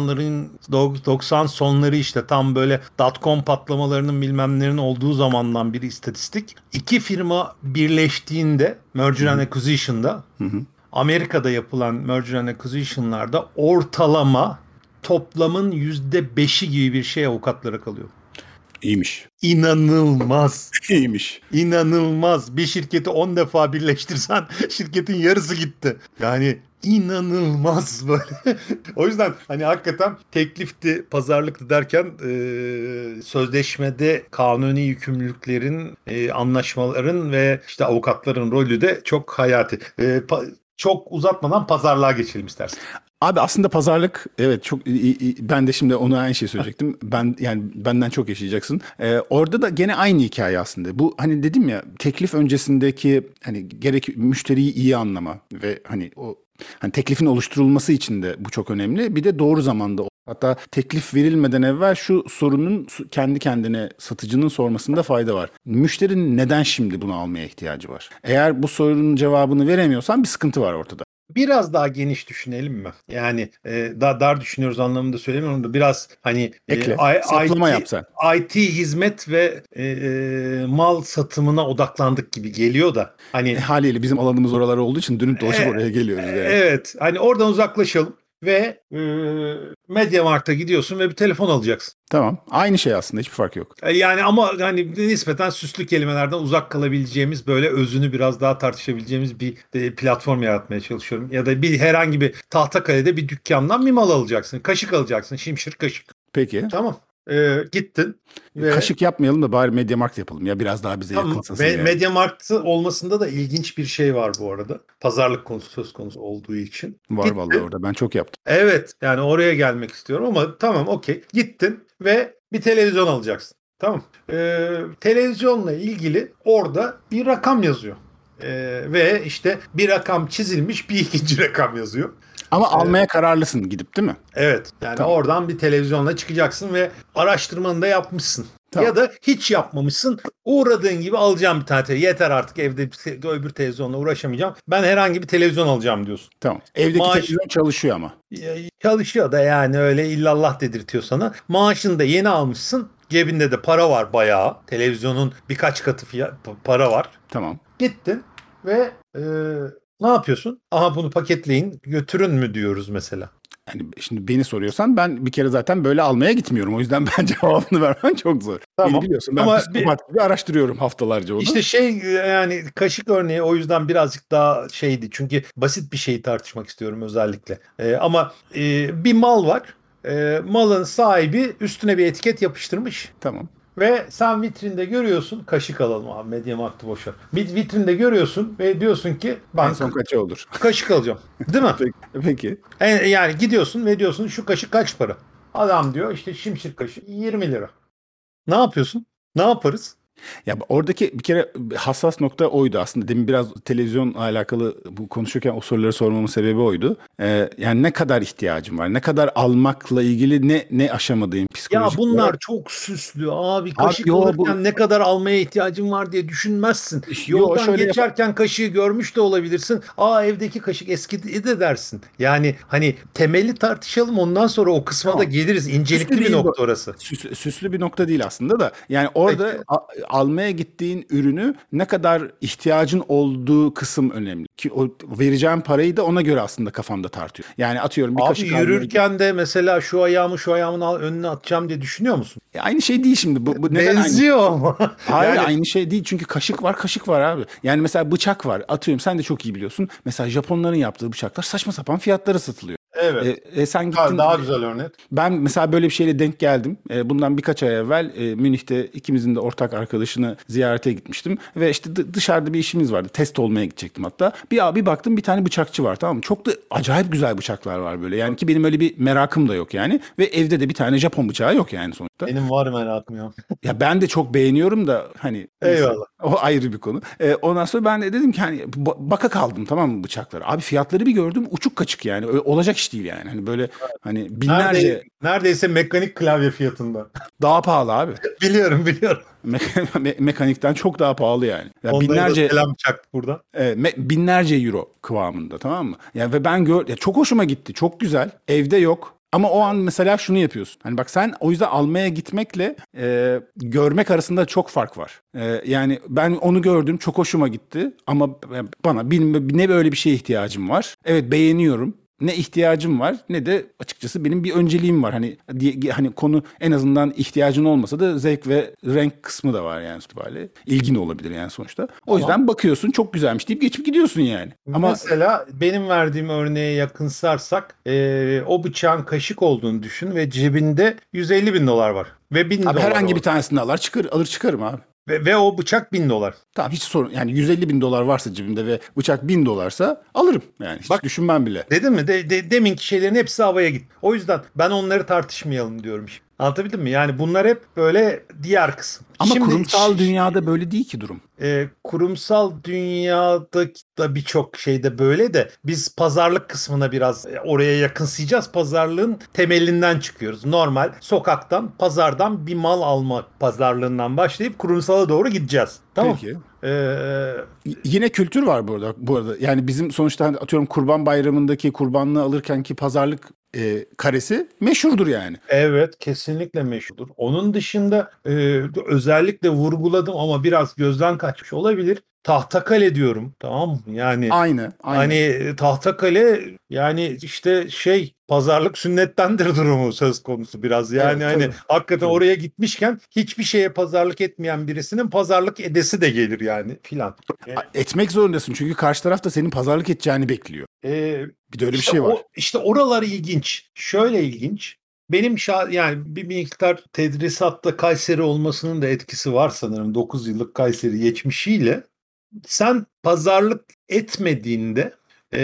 90 sonları işte tam böyle dotcom patlamalarının bilmem nelerin olduğu zamandan bir istatistik. İki firma birleştiğinde merger and acquisition'da Amerika'da yapılan merger and acquisition'larda ortalama toplamın %5'i gibi bir şey avukatlara kalıyor. İyiymiş. İnanılmaz. İyiymiş. İnanılmaz. Bir şirketi 10 defa birleştirsen şirketin yarısı gitti. Yani inanılmaz böyle. O yüzden hani hakikaten teklifti, pazarlıktı derken sözleşmede kanuni yükümlülüklerin, anlaşmaların ve işte avukatların rolü de çok hayati. Çok uzatmadan pazarlığa geçelim istersen. Abi aslında pazarlık, evet, çok iyi. Ben de şimdi ona aynı şey söyleyecektim. Yani benden çok yaşayacaksın. Orada da gene aynı hikaye aslında. Bu hani dedim ya, teklif öncesindeki hani gerek müşteriyi iyi anlama ve hani teklifin oluşturulması için de bu çok önemli. Bir de doğru zamanda, hatta teklif verilmeden evvel şu sorunun kendi kendine satıcının sormasında fayda var. Müşterinin neden şimdi bunu almaya ihtiyacı var? Eğer bu sorunun cevabını veremiyorsan bir sıkıntı var ortada. Biraz daha geniş düşünelim mi? Yani daha dar düşünüyoruz anlamında söylemiyorum da biraz hani Ekle. Saplama yap sen. IT hizmet ve mal satımına odaklandık gibi geliyor da hani Haliyle bizim alanımız oralar olduğu için dönüp dolaşıp oraya geliyoruz yani. evet hani oradan uzaklaşalım ve MediaMarkt'a gidiyorsun ve bir telefon alacaksın. Tamam. Aynı şey aslında, hiçbir fark yok. Yani ama hani nispeten süslü kelimelerden uzak kalabileceğimiz böyle özünü biraz daha tartışabileceğimiz bir platform yaratmaya çalışıyorum. Ya da herhangi bir Tahtakale'de bir dükkandan bir mal alacaksın. Kaşık alacaksın. Şimşir kaşık. Peki. Tamam. Gittin. Ve Kaşık yapmayalım da bari MediaMarkt yapalım ya, biraz daha bize yakınsasın yani. MediaMarkt'ı olmasında da ilginç bir şey var bu arada. Pazarlık konusu söz konusu olduğu için. Var Gittin. vallahi, orada ben çok yaptım. Evet yani oraya gelmek istiyorum ama tamam okey. Gittin ve bir televizyon alacaksın. Tamam. Televizyonla ilgili orada bir rakam yazıyor. Ve işte bir rakam çizilmiş, bir ikinci rakam yazıyor. Ama almaya kararlısın gidip, değil mi? Evet. Yani Tamam. oradan bir televizyonla çıkacaksın ve araştırmanı da yapmışsın. Tamam. Ya da hiç yapmamışsın. Uğradığın gibi alacağım bir tane televizyon. Yeter artık evde öbür televizyonla uğraşamayacağım. Ben herhangi bir televizyon alacağım diyorsun. Tamam. Evdeki televizyon çalışıyor ama. Çalışıyor da yani öyle illallah dedirtiyor sana. Maaşını da yeni almışsın. Cebinde de para var bayağı. Televizyonun birkaç katı para var. Tamam. Gittin ve ne yapıyorsun? Aha bunu paketleyin götürün mü diyoruz mesela. Yani şimdi beni soruyorsan ben bir kere zaten böyle almaya gitmiyorum. O yüzden ben cevabını vermem çok zor. Beni Tamam. biliyorsun, ben Ama psikopat gibi araştırıyorum haftalarca onu. İşte yani kaşık örneği o yüzden birazcık daha şeydi. Çünkü basit bir şeyi tartışmak istiyorum özellikle. Ama bir mal var. Malın sahibi üstüne bir etiket yapıştırmış. Tamam. Ve sen vitrinde görüyorsun. Kaşık alalım abi. Mediamarkt'ı boş ver. Bir vitrinde görüyorsun ve diyorsun ki En ben son kaça olur? kaşık alacağım. Değil mi? Peki. Yani gidiyorsun ve diyorsun şu kaşık kaç para? Adam diyor işte şimşir kaşık 20 lira. Ne yapıyorsun? Ne yaparız? Ya oradaki bir kere hassas nokta oydu aslında. Demin biraz televizyonla alakalı bu konuşurken o soruları sormamın sebebi oydu. Yani ne kadar ihtiyacım var? Ne kadar almakla ilgili ne aşamadığım Ya psikolojik bunlar olarak. çok süslü abi. Abi Kaşık yo alırken ne kadar almaya ihtiyacın var diye düşünmezsin. yo Yoldan şöyle geçerken kaşığı görmüş de olabilirsin. Aa evdeki kaşık eski de dersin. Yani hani temeli tartışalım ondan sonra o kısma da tamam. geliriz. İncelikli Süslü bir değil bu. nokta orası. Süslü bir nokta değil aslında da. Yani Peki. orada almaya gittiğin ürünü ne kadar ihtiyacın olduğu kısım önemli. Ki o vereceğim parayı da ona göre aslında kafamda tartıyor. Yani atıyorum bir Abi kaşık almaya yürürken de mesela şu ayağımı şu ayağımın önüne atacağım diye düşünüyor musun? Aynı şey değil şimdi. Bu neden aynı? Benziyor ama. Hayır, Yani aynı şey değil çünkü kaşık var abi. Yani mesela bıçak var. Atıyorum sen de çok iyi biliyorsun. Mesela Japonların yaptığı bıçaklar saçma sapan fiyatlara satılıyor. evet. Sen gittin. Daha güzel örnek. Ben mesela böyle bir şeyle denk geldim. Bundan birkaç ay evvel Münih'te ikimizin de ortak arkadaşını ziyarete gitmiştim. Ve işte dışarıda bir işimiz vardı. Test olmaya gidecektim hatta. Bir baktım bir tane bıçakçı var, tamam mı? Çok da acayip güzel bıçaklar var böyle. Yani ki benim öyle bir merakım da yok yani. Ve evde de bir tane Japon bıçağı yok yani sonuçta. Benim var merakım ya. Ya ben de çok beğeniyorum da hani neyse, Eyvallah. o ayrı bir konu. Ondan sonra ben de dedim ki hani baka kaldım, tamam mı, bıçaklara. Abi fiyatları bir gördüm, uçuk kaçık yani. Olacak iş değil yani. Hani böyle hani binlerce Neredeyse mekanik klavye fiyatında. daha pahalı abi. Biliyorum. Mekanikten çok daha pahalı yani. Ya Onlara da binlerce selam çaktık buradan. binlerce euro kıvamında, tamam mı? Yani ve ben ya çok hoşuma gitti. Çok güzel. Evde yok. Ama o an mesela şunu yapıyorsun. Hani bak sen o yüzden almaya gitmekle görmek arasında çok fark var. Yani ben onu gördüm, çok hoşuma gitti. Ama bana ne böyle bir şeye ihtiyacım var. Evet, beğeniyorum. Ne ihtiyacım var ne de açıkçası benim bir önceliğim var. Hani konu en azından ihtiyacın olmasa da zevk ve renk kısmı da var yani itibariyle. İlgin olabilir yani sonuçta. O yüzden bakıyorsun çok güzelmiş deyip geçip gidiyorsun yani. Ama Mesela benim verdiğim örneğe yakınsarsak o bıçağın kaşık olduğunu düşün ve cebinde 150 bin dolar var. Ve 1000 abi dolar herhangi var. bir tanesini alır çıkarım abi. Ve o bıçak 1000 dolar. Tamam, hiç sorun. Yani 150 bin dolar varsa cebimde ve bıçak 1000 dolarsa alırım. Yani hiç Bak, düşünmem bile. dedim mi? Deminki şeylerin hepsi havaya gitti. O yüzden ben onları tartışmayalım diyorum şimdi. Anlatabildim mi? Yani bunlar hep böyle diğer kısım. Ama Şimdi kurumsal dünyada böyle değil ki durum. kurumsal dünyada da birçok şeyde böyle de biz pazarlık kısmına biraz oraya yakınsayacağız. Pazarlığın temelinden çıkıyoruz. Normal sokaktan, pazardan bir mal alma pazarlığından başlayıp kurumsala doğru gideceğiz. Tamam. Peki. Ee, Yine kültür var bu arada. Yani bizim sonuçta hani atıyorum Kurban Bayramı'ndaki kurbanlığı alırkenki pazarlık karesi meşhurdur yani. Evet, kesinlikle meşhurdur. Onun dışında özellikle vurguladım ama biraz gözden kaçmış olabilir. Tahtakale diyorum, tamam mı? Yani Aynı. hani Tahtakale yani işte pazarlık sünnettendir durumu söz konusu biraz. Yani Evet, hani tabii. hakikaten Tabii. oraya gitmişken hiçbir şeye pazarlık etmeyen birisinin pazarlık edesi de gelir yani filan. Etmek zorundasın çünkü karşı taraf da senin pazarlık edeceğini bekliyor. E, Bir de öyle bir İşte şey var. işte oralar ilginç. Şöyle ilginç. Benim yani bir miktar tedrisatta Kayseri olmasının da etkisi var sanırım. 9 yıllık Kayseri geçmişiyle. Sen pazarlık etmediğinde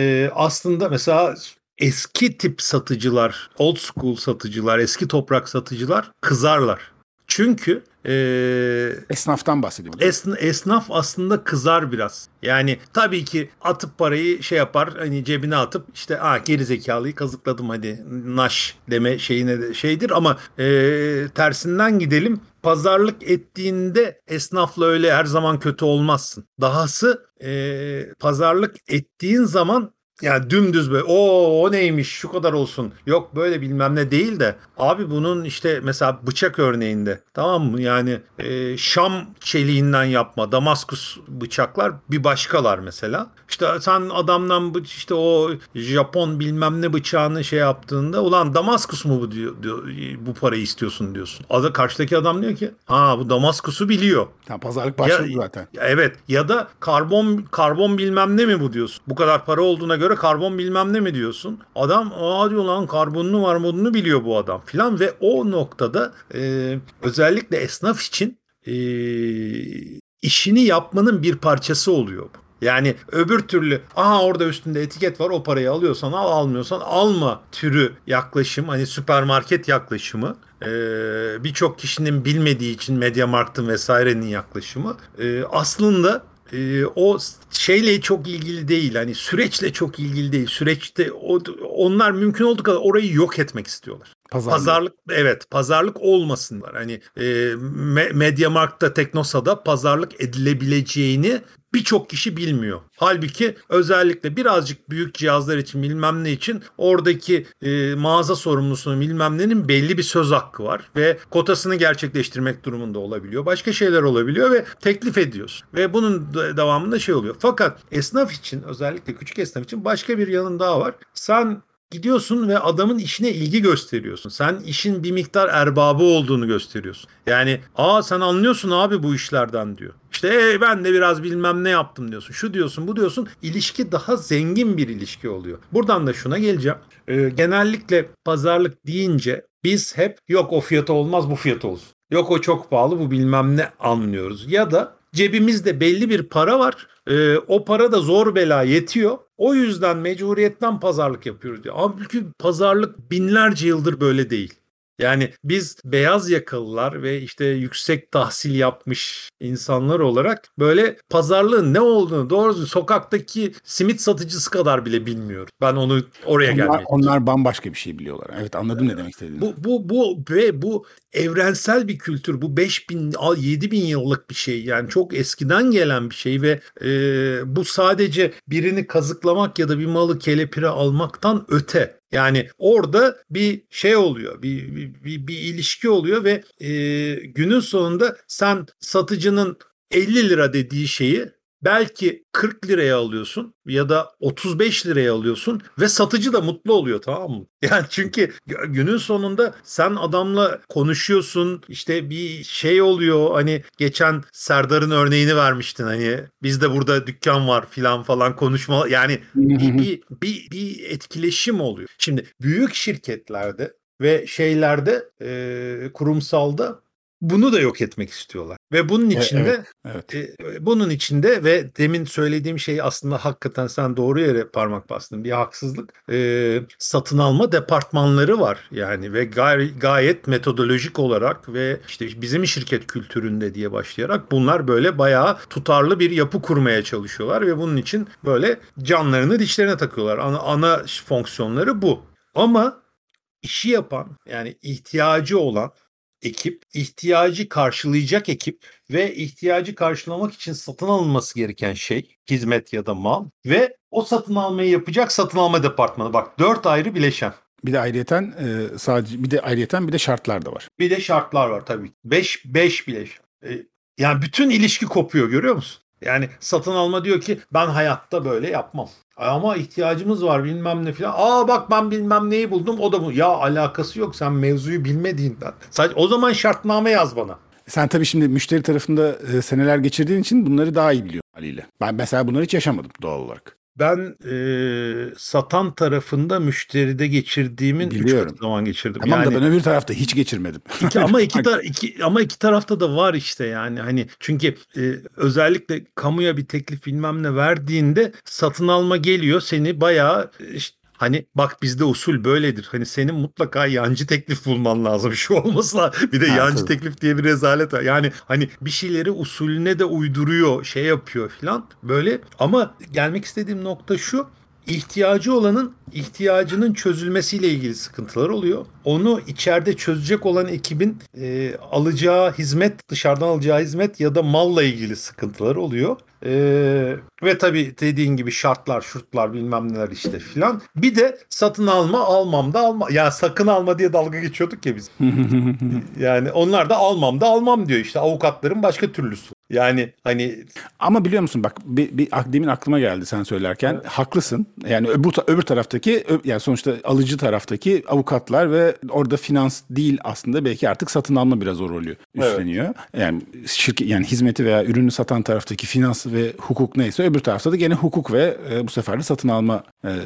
aslında mesela eski tip satıcılar, old school satıcılar, eski toprak satıcılar kızarlar. Çünkü Esnaftan bahsediyorum. esnaf aslında kızar biraz. Yani tabii ki atıp parayı yapar hani cebine atıp işte geri zekalıyı kazıkladım hadi naş deme şeyine de şeydir ama tersinden gidelim. Pazarlık ettiğinde esnafla öyle her zaman kötü olmazsın. Dahası pazarlık ettiğin zaman Yani dümdüz böyle o neymiş şu kadar olsun yok böyle bilmem ne değil de abi bunun işte mesela bıçak örneğinde tamam mı yani Şam çeliğinden yapma Damaskus bıçaklar bir başkalar mesela işte sen adamdan işte o Japon bilmem ne bıçağını şey yaptığında ulan Damaskus mu bu diyor, bu parayı istiyorsun diyorsun. Karşıdaki adam diyor ki ha bu Damaskus'u biliyor. Ya pazarlık Ya, başladı zaten. evet ya da karbon bilmem ne mi bu diyorsun. Bu kadar para olduğuna göre karbon bilmem ne mi diyorsun. Adam diyor lan karbonunu var modunu biliyor bu adam filan ve o noktada özellikle esnaf için işini yapmanın bir parçası oluyor bu. Yani öbür türlü orada üstünde etiket var o parayı alıyorsan al almıyorsan alma türü yaklaşım hani süpermarket yaklaşımı birçok kişinin bilmediği için MediaMarkt'ın vesairenin yaklaşımı aslında o şeyle çok ilgili değil hani süreçle çok ilgili değil süreçte onlar mümkün olduğu kadar orayı yok etmek istiyorlar. Pazarlığı. Pazarlık olmasınlar. Hani MediaMarkt'ta Teknosa'da pazarlık edilebileceğini birçok kişi bilmiyor. Halbuki özellikle birazcık büyük cihazlar için bilmem ne için oradaki mağaza sorumlusunun bilmem nenin belli bir söz hakkı var ve kotasını gerçekleştirmek durumunda olabiliyor. Başka şeyler olabiliyor ve teklif ediyorsun. Ve bunun devamında şey oluyor. Fakat esnaf için özellikle küçük esnaf için başka bir yanın daha var. Sen gidiyorsun ve adamın işine ilgi gösteriyorsun. Sen işin bir miktar erbabı olduğunu gösteriyorsun. Yani sen anlıyorsun abi bu işlerden diyor. İşte ben de biraz bilmem ne yaptım diyorsun. Şu diyorsun bu diyorsun. İlişki daha zengin bir ilişki oluyor. Buradan da şuna geleceğim. Genellikle pazarlık deyince biz hep yok o fiyata olmaz bu fiyata olsun. Yok o çok pahalı bu bilmem ne anlıyoruz. Ya da cebimizde belli bir para var. O para da zor bela yetiyor. O yüzden mecburiyetten pazarlık yapıyoruz diyor. Halbuki pazarlık binlerce yıldır böyle değil. Yani biz beyaz yakalılar ve işte yüksek tahsil yapmış insanlar olarak böyle pazarlığın ne olduğunu doğrusu sokaktaki simit satıcısı kadar bile bilmiyoruz. Ben onu oraya gelmeye Onlar bambaşka bir şey biliyorlar. Evet, anladım ne demek istediğini. bu evrensel bir kültür. Bu 5.000 7.000 yıllık bir şey. Yani çok eskiden gelen bir şey ve bu sadece birini kazıklamak ya da bir malı kelepire almaktan öte. Yani orada bir şey oluyor, bir ilişki oluyor ve günün sonunda sen satıcının 50 lira dediği şeyi belki 40 liraya alıyorsun ya da 35 liraya alıyorsun ve satıcı da mutlu oluyor tamam mı? Yani çünkü günün sonunda sen adamla konuşuyorsun işte bir şey oluyor hani geçen Serdar'ın örneğini vermiştin hani bizde burada dükkan var filan falan konuşma yani bir etkileşim oluyor. Şimdi büyük şirketlerde ve şeylerde kurumsalda bunu da yok etmek istiyorlar. Ve bunun içinde Evet. bunun içinde ve demin söylediğim şey aslında hakikaten sen doğru yere parmak bastın. Bir haksızlık. Satın alma departmanları var. Yani ve gayet metodolojik olarak ve işte bizim şirket kültüründe diye başlayarak bunlar böyle bayağı tutarlı bir yapı kurmaya çalışıyorlar ve bunun için böyle canlarını dişlerine takıyorlar. Ana fonksiyonları bu. Ama işi yapan yani ihtiyacı olan ekip, ihtiyacı karşılayacak ekip ve ihtiyacı karşılamak için satın alınması gereken şey, hizmet ya da mal ve o satın almayı yapacak satın alma departmanı. Bak 4 ayrı bileşen. Bir de ayrıyeten bir de şartlar da var. Bir de şartlar var tabii. 5 bileşen. Yani bütün ilişki kopuyor görüyor musun? Yani satın alma diyor ki ben hayatta böyle yapmam. Ama ihtiyacımız var bilmem ne filan. Bak ben bilmem neyi buldum o da bu. Ya alakası yok sen mevzuyu bilmediğinden. Sadece o zaman şartname yaz bana. Sen tabii şimdi müşteri tarafında seneler geçirdiğin için bunları daha iyi biliyorsun haliyle. Ben mesela bunları hiç yaşamadım doğal olarak. Ben satan tarafında müşteride geçirdiğimin 3 katı zaman geçirdim. Tamam yani, da ben öbür tarafta hiç geçirmedim. ama iki tarafta da var işte yani hani çünkü özellikle kamuya bir teklif bilmem ne verdiğinde satın alma geliyor seni bayağı işte, hani bak bizde usul böyledir. Hani senin mutlaka yancı teklif bulman lazım. Şu olmasına bir de yancı teklif diye bir rezalet var. Yani hani bir şeyleri usulüne de uyduruyor, şey yapıyor falan böyle. Ama gelmek istediğim nokta şu. İhtiyacı olanın ihtiyacının çözülmesiyle ilgili sıkıntılar oluyor. Onu içeride çözecek olan ekibin alacağı hizmet, dışarıdan alacağı hizmet ya da malla ilgili sıkıntılar oluyor. Ve tabii dediğin gibi şurtlar bilmem neler işte filan. Bir de satın almam da alma. Ya sakın alma diye dalga geçiyorduk ya biz. Yani onlar da almam diyor işte, avukatların başka türlüsü. Yani hani Ama biliyor musun bak demin aklıma geldi sen söylerken, evet, haklısın. Yani öbür taraftaki yani sonuçta alıcı taraftaki avukatlar ve orada finans değil aslında, belki artık satın alma biraz o rolü evet. üstleniyor. Yani şirket, yani hizmeti veya ürünü satan taraftaki finans ve hukuk neyse, öbür tarafta da gene hukuk ve bu sefer de satın alma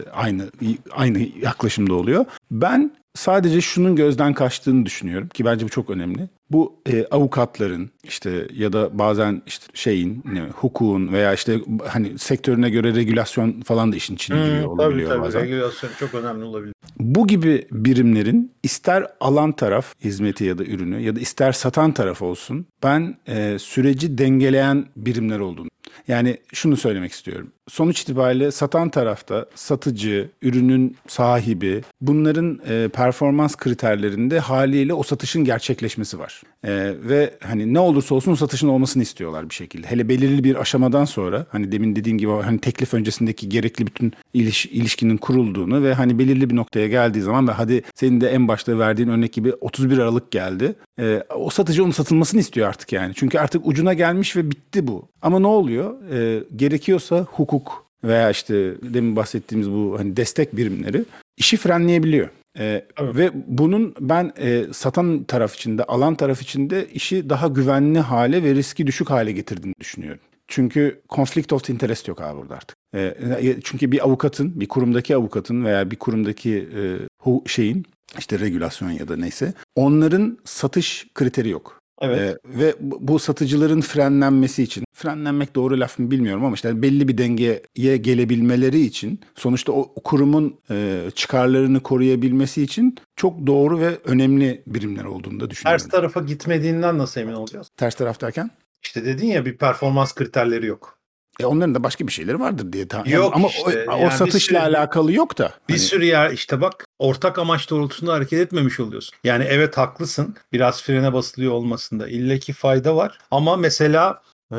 aynı yaklaşımda oluyor. Ben sadece şunun gözden kaçtığını düşünüyorum ki bence bu çok önemli. Bu avukatların işte ya da bazen işte hukukun veya işte hani sektörüne göre regülasyon falan da işin içine giriyor Tabii olabiliyor tabii, bazen. regülasyon çok önemli olabilir. Bu gibi birimlerin ister alan taraf hizmeti ya da ürünü ya da ister satan taraf olsun, ben süreci dengeleyen birimler olduğunu. Yani şunu söylemek istiyorum. Sonuç itibariyle satan tarafta satıcı, ürünün sahibi, bunların performans kriterlerinde haliyle o satışın gerçekleşmesi var. Ve hani ne olursa olsun o satışın olmasını istiyorlar bir şekilde. Hele belirli bir aşamadan sonra, hani demin dediğim gibi hani teklif öncesindeki gerekli bütün ilişkinin kurulduğunu ve hani belirli bir noktaya geldiği zaman ve hadi senin de en başta verdiğin örnek gibi 31 Aralık geldi. O satıcı onun satılmasını istiyor artık yani. Çünkü artık ucuna gelmiş ve bitti bu. Ama ne oluyor? Gerekiyorsa hukuk veya işte demin bahsettiğimiz bu hani destek birimleri işi frenleyebiliyor. Evet. Ve bunun ben satan taraf içinde, alan taraf içinde işi daha güvenli hale ve riski düşük hale getirdiğini düşünüyorum. Çünkü conflict of interest yok abi burada artık. Çünkü bir avukatın, bir kurumdaki avukatın veya bir kurumdaki şeyin işte regülasyon ya da neyse, onların satış kriteri yok. Evet. Ve bu satıcıların frenlenmesi için, frenlenmek doğru laf mı bilmiyorum ama işte belli bir dengeye gelebilmeleri için, sonuçta o kurumun çıkarlarını koruyabilmesi için çok doğru ve önemli birimler olduğunu da Ters düşünüyorum. tarafa gitmediğinden nasıl emin olacağız? Ters taraf derken? İşte dedin ya, bir performans kriterleri yok. Onların da başka bir şeyleri vardır diye tahmin. Yani Yok ama işte, o yani satışla alakalı yok da. bir Hani sürü yer işte, bak, ortak amaç doğrultusunda hareket etmemiş oluyorsun. Yani evet, haklısın, biraz frene basılıyor olmasında illaki fayda var. Ama mesela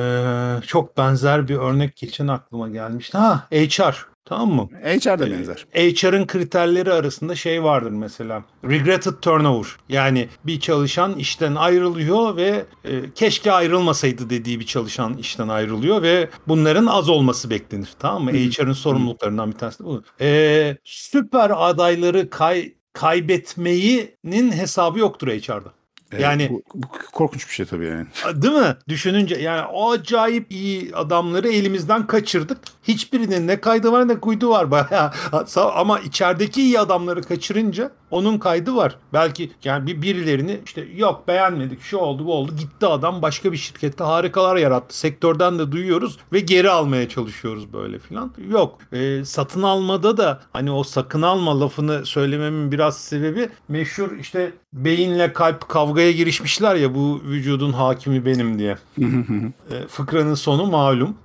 çok benzer bir örnek geçen aklıma gelmişti. HR, tamam mı? HR da benzer. HR'ın kriterleri arasında şey vardır mesela. Regretted turnover. Yani bir çalışan işten ayrılıyor ve keşke ayrılmasaydı dediği bir çalışan işten ayrılıyor ve bunların az olması beklenir. Tamam mı? Hı hı. HR'ın Hı hı. sorumluluklarından bir tanesi de bu. Süper adayları kaybetmenin hesabı yoktur HR'da. Yani Bu korkunç bir şey tabii yani. değil mi? Düşününce yani acayip iyi adamları elimizden kaçırdık. Hiçbirinin ne kaydı var ne kuydu var bayağı. Ama içerideki iyi adamları kaçırınca onun kaydı var. Belki yani birilerini işte yok beğenmedik, şu oldu bu oldu, gitti adam başka bir şirkette harikalar yarattı. Sektörden de duyuyoruz ve geri almaya çalışıyoruz böyle filan. Yok. Satın almada da hani o sakın alma lafını söylememin biraz sebebi, meşhur işte beyinle kalp kavgaya girişmişler ya, bu vücudun hakimi benim diye. Fıkranın sonu malum.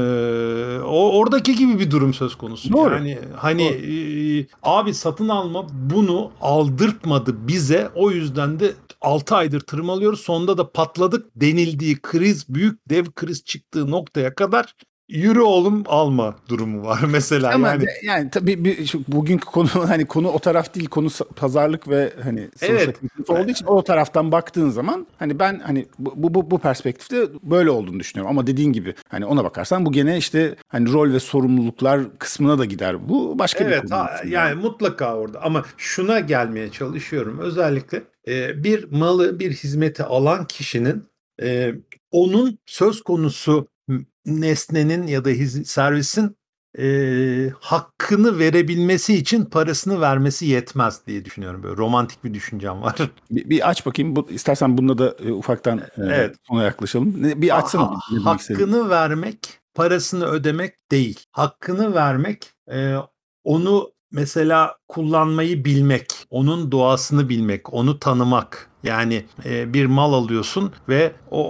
Oradaki gibi bir durum söz konusu. Doğru. Yani hani Doğru. abi satın alma bunu aldırtmadı bize. O yüzden de 6 aydır tırmalıyoruz. Sonunda da patladık denildiği kriz, büyük dev kriz çıktığı noktaya kadar yürü oğlum alma durumu var mesela. Ama Yani yani tabii bugünkü konu hani konu o taraf değil, konu pazarlık ve hani social evet. business olduğu için o taraftan baktığın zaman hani ben hani bu perspektifte böyle olduğunu düşünüyorum. Ama dediğin gibi hani ona bakarsan bu gene işte hani rol ve sorumluluklar kısmına da gider. Bu başka bir Evet, konu aslında yani yani. mutlaka orada, ama şuna gelmeye çalışıyorum özellikle, bir malı, bir hizmeti alan kişinin e, onun söz konusu nesnenin ya da servisin hakkını verebilmesi için parasını vermesi yetmez diye düşünüyorum. Böyle romantik bir düşüncem var. Bir aç bakayım. İstersen bununla da ufaktan Evet. sona yaklaşalım. Bir açsana ne demek istediğini. Hakkını vermek, parasını ödemek değil. Hakkını vermek, onu mesela kullanmayı bilmek, onun doğasını bilmek, onu tanımak. Yani bir mal alıyorsun ve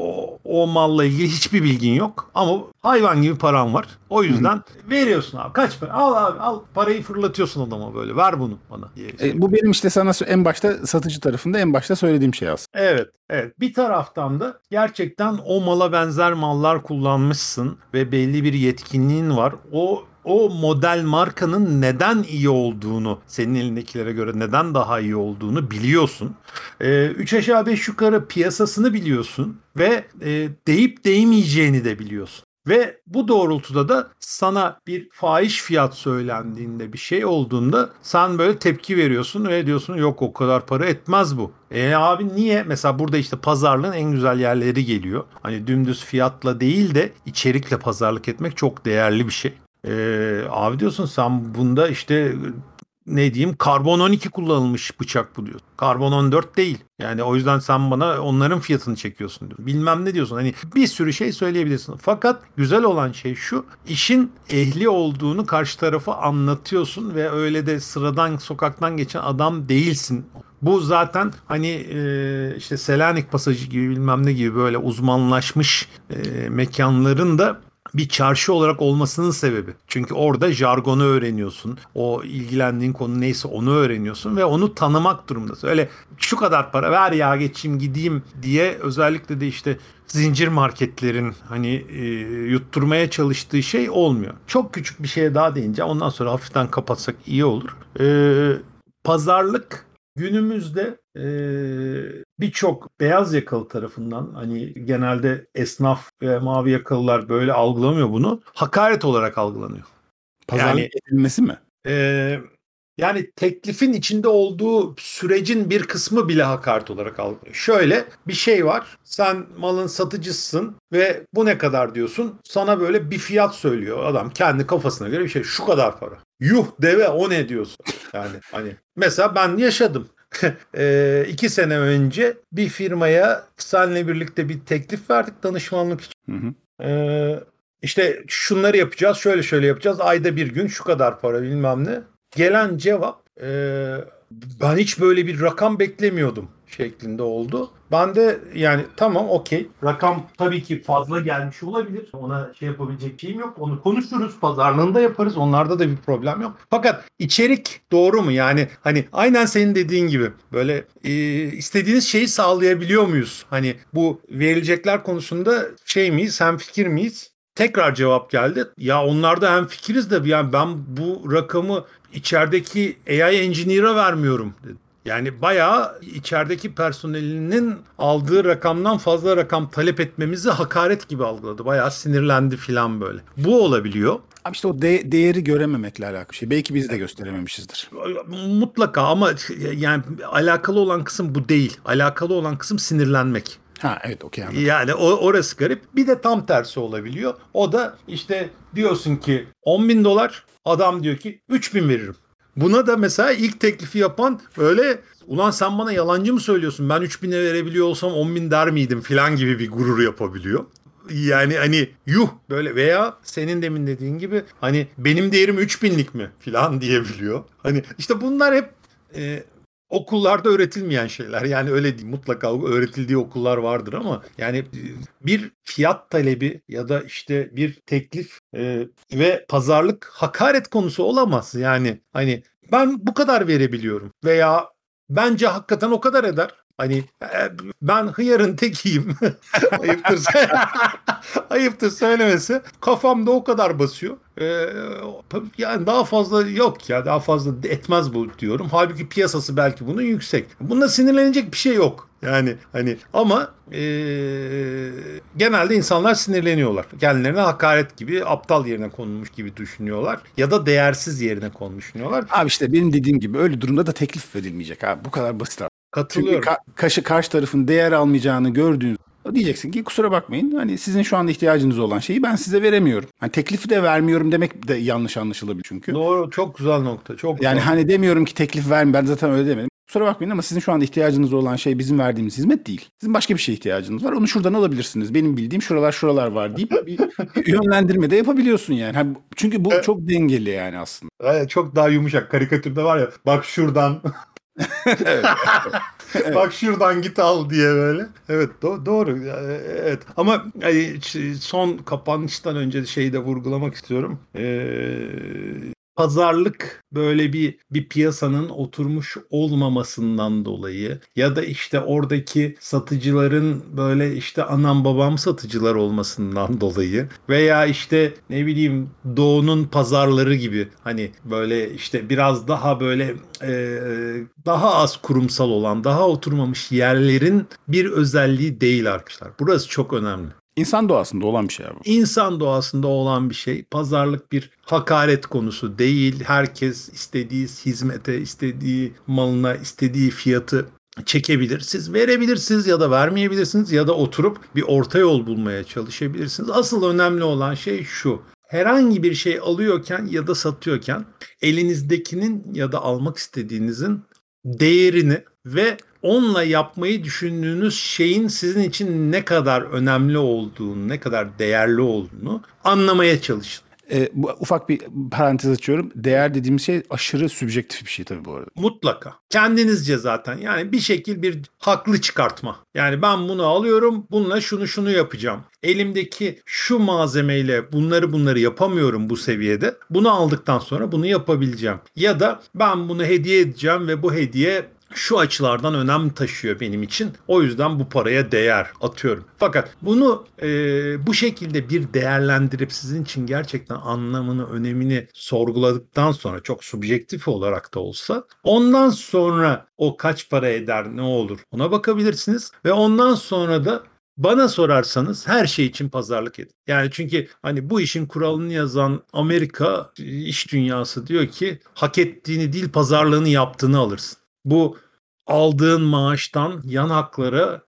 o malla ilgili hiçbir bilgin yok ama hayvan gibi paran var. O yüzden veriyorsun abi. Kaç para? Al abi, al. Parayı fırlatıyorsun adama böyle. Ver bunu bana diye. Bu benim işte sana en başta satıcı tarafında en başta söylediğim şey aslında. Evet, evet. Bir taraftan da gerçekten o mala benzer mallar kullanmışsın ve belli bir yetkinliğin var. O model markanın neden iyi olduğunu, senin elindekilere göre neden daha iyi olduğunu biliyorsun. Üç aşağı beş yukarı piyasasını biliyorsun ve değip değmeyeceğini de biliyorsun. Ve bu doğrultuda da sana bir fahiş fiyat söylendiğinde, bir şey olduğunda sen böyle tepki veriyorsun ve diyorsun yok o kadar para etmez bu. Abi niye? Mesela burada işte pazarlığın en güzel yerleri geliyor. Hani dümdüz fiyatla değil de içerikle pazarlık etmek çok değerli bir şey. Abi diyorsun sen bunda işte ne diyeyim karbon 12 kullanılmış bıçak bu diyor. Karbon 14 değil. Yani o yüzden sen bana onların fiyatını çekiyorsun diyor. Bilmem ne diyorsun. Hani bir sürü şey söyleyebilirsin. Fakat güzel olan şey şu. İşin ehli olduğunu karşı tarafa anlatıyorsun ve öyle de sıradan sokaktan geçen adam değilsin. Bu zaten hani işte Selanik Pasajı gibi bilmem ne gibi böyle uzmanlaşmış mekanların da bir çarşı olarak olmasının sebebi. Çünkü orada jargonu öğreniyorsun. O ilgilendiğin konu neyse onu öğreniyorsun ve onu tanımak durumundasın. Öyle şu kadar para ver ya geçeyim gideyim diye özellikle de işte zincir marketlerin hani yutturmaya çalıştığı şey olmuyor. Çok küçük bir şeye daha değince ondan sonra hafiften kapatsak iyi olur. Pazarlık günümüzde birçok beyaz yakalı tarafından hani genelde esnaf ve mavi yakalılar böyle algılamıyor bunu. Hakaret olarak algılanıyor. Pazarlık edilmesi mi? E, Yani teklifin içinde olduğu sürecin bir kısmı bile hakaret olarak algılanıyor. Şöyle bir şey var. Sen malın satıcısın ve bu ne kadar diyorsun? Sana böyle bir fiyat söylüyor adam kendi kafasına göre bir şey. Şu kadar para. Yuh deve o ne diyorsun? Yani hani mesela ben yaşadım. 2 sene önce bir firmaya seninle birlikte bir teklif verdik danışmanlık için. Hı hı. İşte şunları yapacağız, şöyle şöyle yapacağız. Ayda bir gün şu kadar para bilmem ne. Gelen cevap ben hiç böyle bir rakam beklemiyordum şeklinde oldu. Ben de yani tamam okey. Rakam tabii ki fazla gelmiş olabilir. Ona şey yapabilecek şeyim yok. Onu konuşuruz. Pazarlığında yaparız. Onlarda da bir problem yok. Fakat içerik doğru mu? Yani hani aynen senin dediğin gibi böyle istediğiniz şeyi sağlayabiliyor muyuz? Hani bu verilecekler konusunda şey miyiz? Hemfikir miyiz? Tekrar cevap geldi. Ya onlarda hemfikiriz de yani ben bu rakamı içerideki AI engineer'a vermiyorum dedi. Yani bayağı içerideki personelinin aldığı rakamdan fazla rakam talep etmemizi hakaret gibi algıladı. Bayağı sinirlendi filan böyle. Bu olabiliyor. Abi işte o değeri görememekle alakalı bir şey. Belki biz de gösterememişizdir. Mutlaka ama yani alakalı olan kısım bu değil. Alakalı olan kısım sinirlenmek. Ha evet okey anladım. Yani orası garip. Bir de tam tersi olabiliyor. O da işte diyorsun ki 10 bin dolar adam diyor ki 3 bin veririm. Buna da mesela ilk teklifi yapan öyle ulan sen bana yalancı mı söylüyorsun ben 3 bine verebiliyor olsam 10 bin der miydim filan gibi bir gurur yapabiliyor. Yani hani yuh böyle veya senin demin dediğin gibi hani benim değerim 3 binlik mi filan diyebiliyor. Hani işte bunlar hep okullarda öğretilmeyen şeyler. Yani öyle değil. Mutlaka öğretildiği okullar vardır ama yani bir fiyat talebi ya da işte bir teklif ve pazarlık hakaret konusu olamaz. Yani hani ben bu kadar verebiliyorum veya bence hakikaten o kadar eder. Hani ben hıyarın tekiyim. Ayıptır, ayıptır söylemesi. Kafamda o kadar basıyor. Yani daha fazla yok ya daha fazla etmez bu diyorum. Halbuki piyasası belki bunun yüksek. Bunda sinirlenecek bir şey yok. Yani hani ama genelde insanlar sinirleniyorlar. Kendilerine hakaret gibi aptal yerine konulmuş gibi düşünüyorlar. Ya da değersiz yerine konmuş düşünüyorlar. Abi işte benim dediğim gibi öyle durumda da teklif verilmeyecek abi. Bu kadar basit abi. Çünkü Katılıyorum. karşı tarafın değer almayacağını gördüğünüz diyeceksin ki kusura bakmayın hani sizin şu anda ihtiyacınız olan şeyi ben size veremiyorum. Hani teklifi de vermiyorum demek de yanlış anlaşılabilir çünkü. Doğru çok güzel nokta. Çok Yani güzel. hani demiyorum ki teklif verme ben zaten öyle demedim. Kusura bakmayın ama sizin şu anda ihtiyacınız olan şey bizim verdiğimiz hizmet değil. Sizin başka bir şeye ihtiyacınız var. Onu şuradan alabilirsiniz. Benim bildiğim şuralar var deyip bir yönlendirme de yapabiliyorsun yani. Çünkü bu çok dengeli yani aslında. Çok daha yumuşak karikatürde var ya bak şuradan Bak şuradan git al diye böyle. Evet, doğru. Evet. Ama son kapanıştan önce de şeyi de vurgulamak istiyorum. Pazarlık böyle bir piyasanın oturmuş olmamasından dolayı ya da işte oradaki satıcıların böyle işte anam babam satıcılar olmasından dolayı veya işte ne bileyim doğunun pazarları gibi hani böyle işte biraz daha böyle daha az kurumsal olan, daha oturmamış yerlerin bir özelliği değil arkadaşlar. Burası çok önemli. İnsan doğasında olan bir şey bu. İnsan doğasında olan bir şey. Pazarlık bir hakaret konusu değil. Herkes istediği hizmete, istediği malına, istediği fiyatı çekebilir. Siz verebilirsiniz ya da vermeyebilirsiniz ya da oturup bir orta yol bulmaya çalışabilirsiniz. Asıl önemli olan şey şu. Herhangi bir şey alıyorken ya da satıyorken elinizdekinin ya da almak istediğinizin değerini ve onunla yapmayı düşündüğünüz şeyin sizin için ne kadar önemli olduğunu, ne kadar değerli olduğunu anlamaya çalışın. Bu ufak bir parantez açıyorum. Değer dediğimiz şey aşırı sübjektif bir şey tabii bu arada. Mutlaka. Kendinizce zaten. Yani bir şekil bir haklı çıkartma. Yani ben bunu alıyorum, bununla şunu yapacağım. Elimdeki şu malzemeyle bunları yapamıyorum bu seviyede. Bunu aldıktan sonra bunu yapabileceğim. Ya da ben bunu hediye edeceğim ve bu hediye şu açılardan önem taşıyor benim için. O yüzden bu paraya değer atıyorum. Fakat bunu bu şekilde bir değerlendirip sizin için gerçekten anlamını, önemini sorguladıktan sonra çok subjektif olarak da olsa ondan sonra o kaç para eder, ne olur ona bakabilirsiniz ve ondan sonra da bana sorarsanız her şey için pazarlık edin. Yani çünkü hani bu işin kuralını yazan Amerika iş dünyası diyor ki hak ettiğini değil pazarlığını yaptığını alırsın. Bu aldığın maaştan yan haklara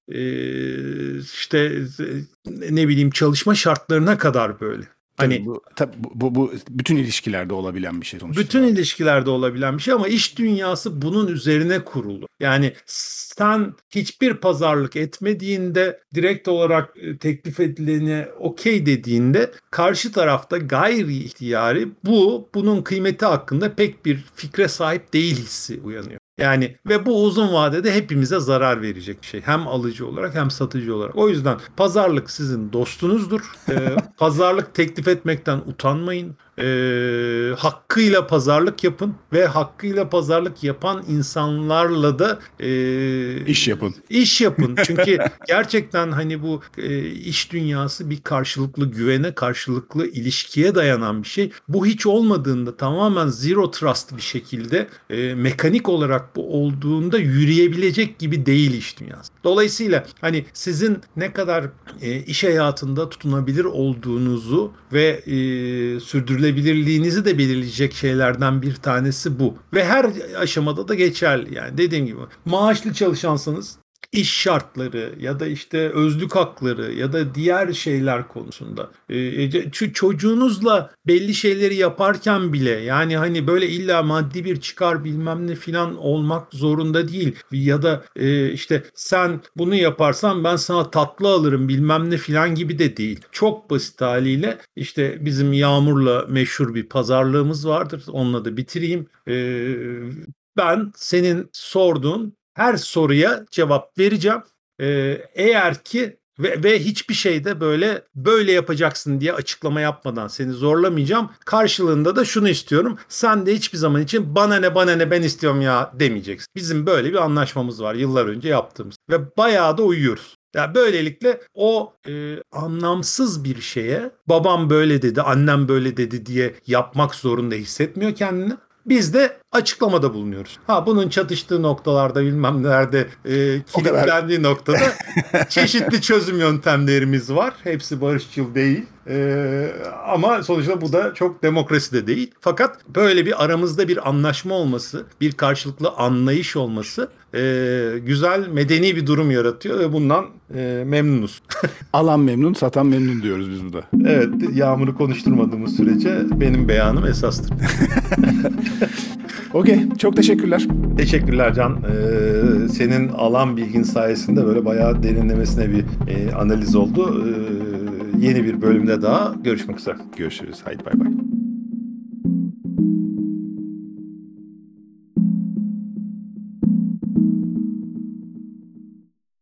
işte ne bileyim çalışma şartlarına kadar böyle. Hani bu bütün ilişkilerde olabilen bir şey sonuçta. bütün ilişkilerde olabilen bir şey ama iş dünyası bunun üzerine kurulu. Yani sen hiçbir pazarlık etmediğinde direkt olarak teklif edilene okey dediğinde karşı tarafta gayri ihtiyari bunun kıymeti hakkında pek bir fikre sahip değil hissi uyanıyor. Yani ve bu uzun vadede hepimize zarar verecek bir şey. Hem alıcı olarak hem satıcı olarak. O yüzden pazarlık sizin dostunuzdur. Pazarlık teklif etmekten utanmayın. Hakkıyla pazarlık yapın ve hakkıyla pazarlık yapan insanlarla da iş yapın. İş yapın. Çünkü gerçekten hani bu iş dünyası bir karşılıklı güvene, karşılıklı ilişkiye dayanan bir şey. Bu hiç olmadığında tamamen zero trust bir şekilde mekanik olarak bu olduğunda yürüyebilecek gibi değil iş dünyası. Dolayısıyla hani sizin ne kadar iş hayatında tutunabilir olduğunuzu ve sürdürülebilirliğinizi de belirleyecek şeylerden bir tanesi bu. Ve her aşamada da geçerli. Yani dediğim gibi maaşlı çalışansanız iş şartları ya da işte özlük hakları ya da diğer şeyler konusunda çocuğunuzla belli şeyleri yaparken bile yani hani böyle illa maddi bir çıkar bilmem ne filan olmak zorunda değil ya da işte sen bunu yaparsan ben sana tatlı alırım bilmem ne filan gibi de değil. Çok basit haliyle işte bizim Yağmur'la meşhur bir pazarlığımız vardır. Onunla da bitireyim. Ben senin sorduğun her soruya cevap vereceğim. Eğer ki ve hiçbir şeyde böyle yapacaksın diye açıklama yapmadan seni zorlamayacağım. Karşılığında da şunu istiyorum. Sen de hiçbir zaman için bana ne ben istiyorum ya demeyeceksin. Bizim böyle bir anlaşmamız var yıllar önce yaptığımız ve bayağı da uyuyoruz. Yani böylelikle o anlamsız bir şeye babam böyle dedi, annem böyle dedi diye yapmak zorunda hissetmiyor kendini. Biz de açıklamada bulunuyoruz. Bunun çatıştığı noktalarda bilmem nerede kilitlendiği noktada çeşitli çözüm yöntemlerimiz var. Hepsi barışçıl değil. Ama sonuçta bu da çok demokrasi de değil. Fakat böyle bir aramızda bir anlaşma olması, bir karşılıklı anlayış olması güzel, medeni bir durum yaratıyor ve bundan memnunuz. Alan memnun, satan memnun diyoruz biz burada. Evet, Yağmur'u konuşturmadığımız sürece benim beyanım esastır. Okey, çok teşekkürler. Teşekkürler Can. Senin alan bilgin sayesinde böyle bayağı derinlemesine bir analiz oldu. Yeni bir bölümde daha görüşmek üzere. Görüşürüz. Haydi bay bay.